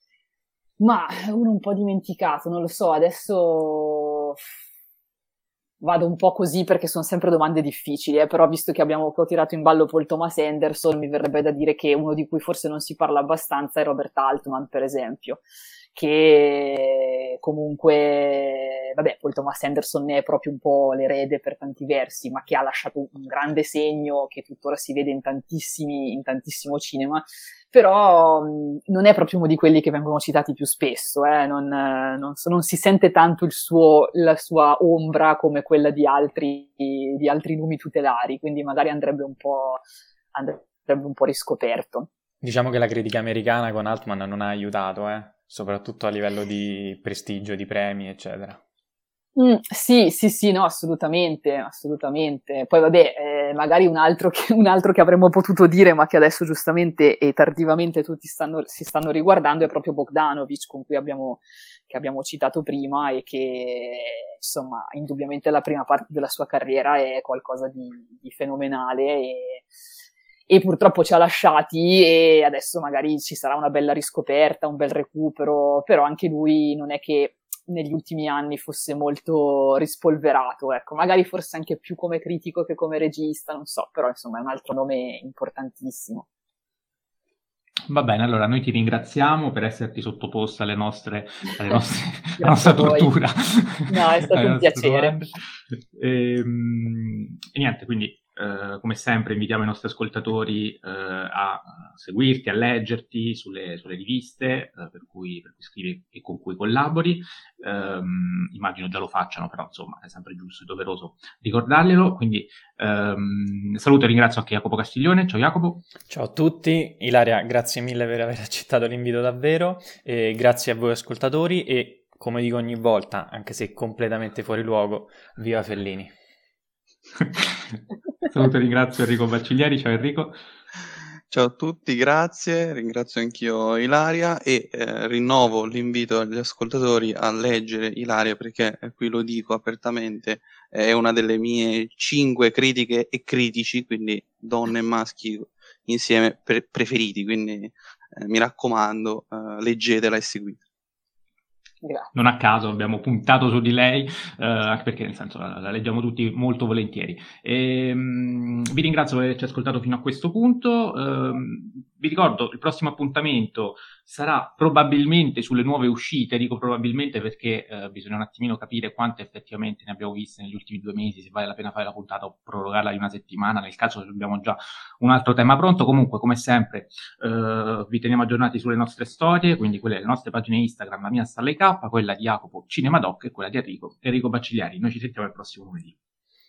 ma uno un po' dimenticato, non lo so, adesso vado un po' così perché sono sempre domande difficili, eh, però visto che abbiamo che ho tirato in ballo Paul Thomas Anderson, mi verrebbe da dire che uno di cui forse non si parla abbastanza è Robert Altman, per esempio, che comunque, vabbè, Paul Thomas Anderson ne è proprio un po' l'erede per tanti versi, ma che ha lasciato un grande segno che tuttora si vede in tantissimi, in tantissimo cinema, però mh, non è proprio uno di quelli che vengono citati più spesso, eh? non, non, non si sente tanto il suo, la sua ombra come quella di altri, di altri numi tutelari, quindi magari andrebbe un po', andrebbe un po' riscoperto. Diciamo che la critica americana con Altman non ha aiutato, eh? Soprattutto a livello di prestigio, di premi, eccetera. Mm, sì, sì, sì, no, assolutamente, assolutamente. Poi vabbè, eh, magari un altro, che, un altro che avremmo potuto dire, ma che adesso giustamente e tardivamente tutti stanno, si stanno riguardando, è proprio Bogdanovich, con cui abbiamo, che abbiamo citato prima, e che, insomma, indubbiamente la prima parte della sua carriera è qualcosa di, di fenomenale, e... e purtroppo ci ha lasciati, e adesso magari ci sarà una bella riscoperta, un bel recupero, però anche lui non è che negli ultimi anni fosse molto rispolverato, ecco, magari forse anche più come critico che come regista, non so, però insomma è un altro nome importantissimo. Va bene, allora noi ti ringraziamo per esserti sottoposta alle nostre, alle nostre alla nostra tortura. No, è stato un piacere. E, e niente, quindi eh, come sempre invitiamo i nostri ascoltatori eh, a seguirti, a leggerti sulle, sulle riviste eh, per, cui, per cui scrivi e con cui collabori. Um, immagino già lo facciano, però insomma è sempre giusto e doveroso ricordarglielo. Quindi um, saluto e ringrazio anche Jacopo Castiglione. Ciao Jacopo. Ciao a tutti. Ilaria, grazie mille per aver accettato l'invito davvero, e grazie a voi ascoltatori, e come dico ogni volta, anche se completamente fuori luogo, viva Fellini. Saluto e ringrazio Enrico Bacciglieri. Ciao Enrico. Ciao a tutti, grazie, ringrazio anch'io Ilaria, e eh, rinnovo l'invito agli ascoltatori a leggere Ilaria, perché eh, qui lo dico apertamente, è una delle mie cinque critiche e critici, quindi donne e maschi insieme, pre- preferiti, quindi eh, mi raccomando, eh, leggetela e seguite. Grazie. Non a caso abbiamo puntato su di lei, eh, anche perché nel senso la, la leggiamo tutti molto volentieri. E, mh, vi ringrazio per averci ascoltato fino a questo punto. Eh, vi ricordo, il prossimo appuntamento sarà probabilmente sulle nuove uscite, dico probabilmente perché eh, bisogna un attimino capire quante effettivamente ne abbiamo viste negli ultimi due mesi, se vale la pena fare la puntata o prorogarla di una settimana, nel caso abbiamo già un altro tema pronto. Comunque, come sempre, eh, vi teniamo aggiornati sulle nostre storie, quindi quelle delle nostre pagine Instagram, la mia Stanley K, quella di Jacopo Cinemadoc e quella di Enrico, Enrico Baccigliari. Noi ci sentiamo il prossimo lunedì.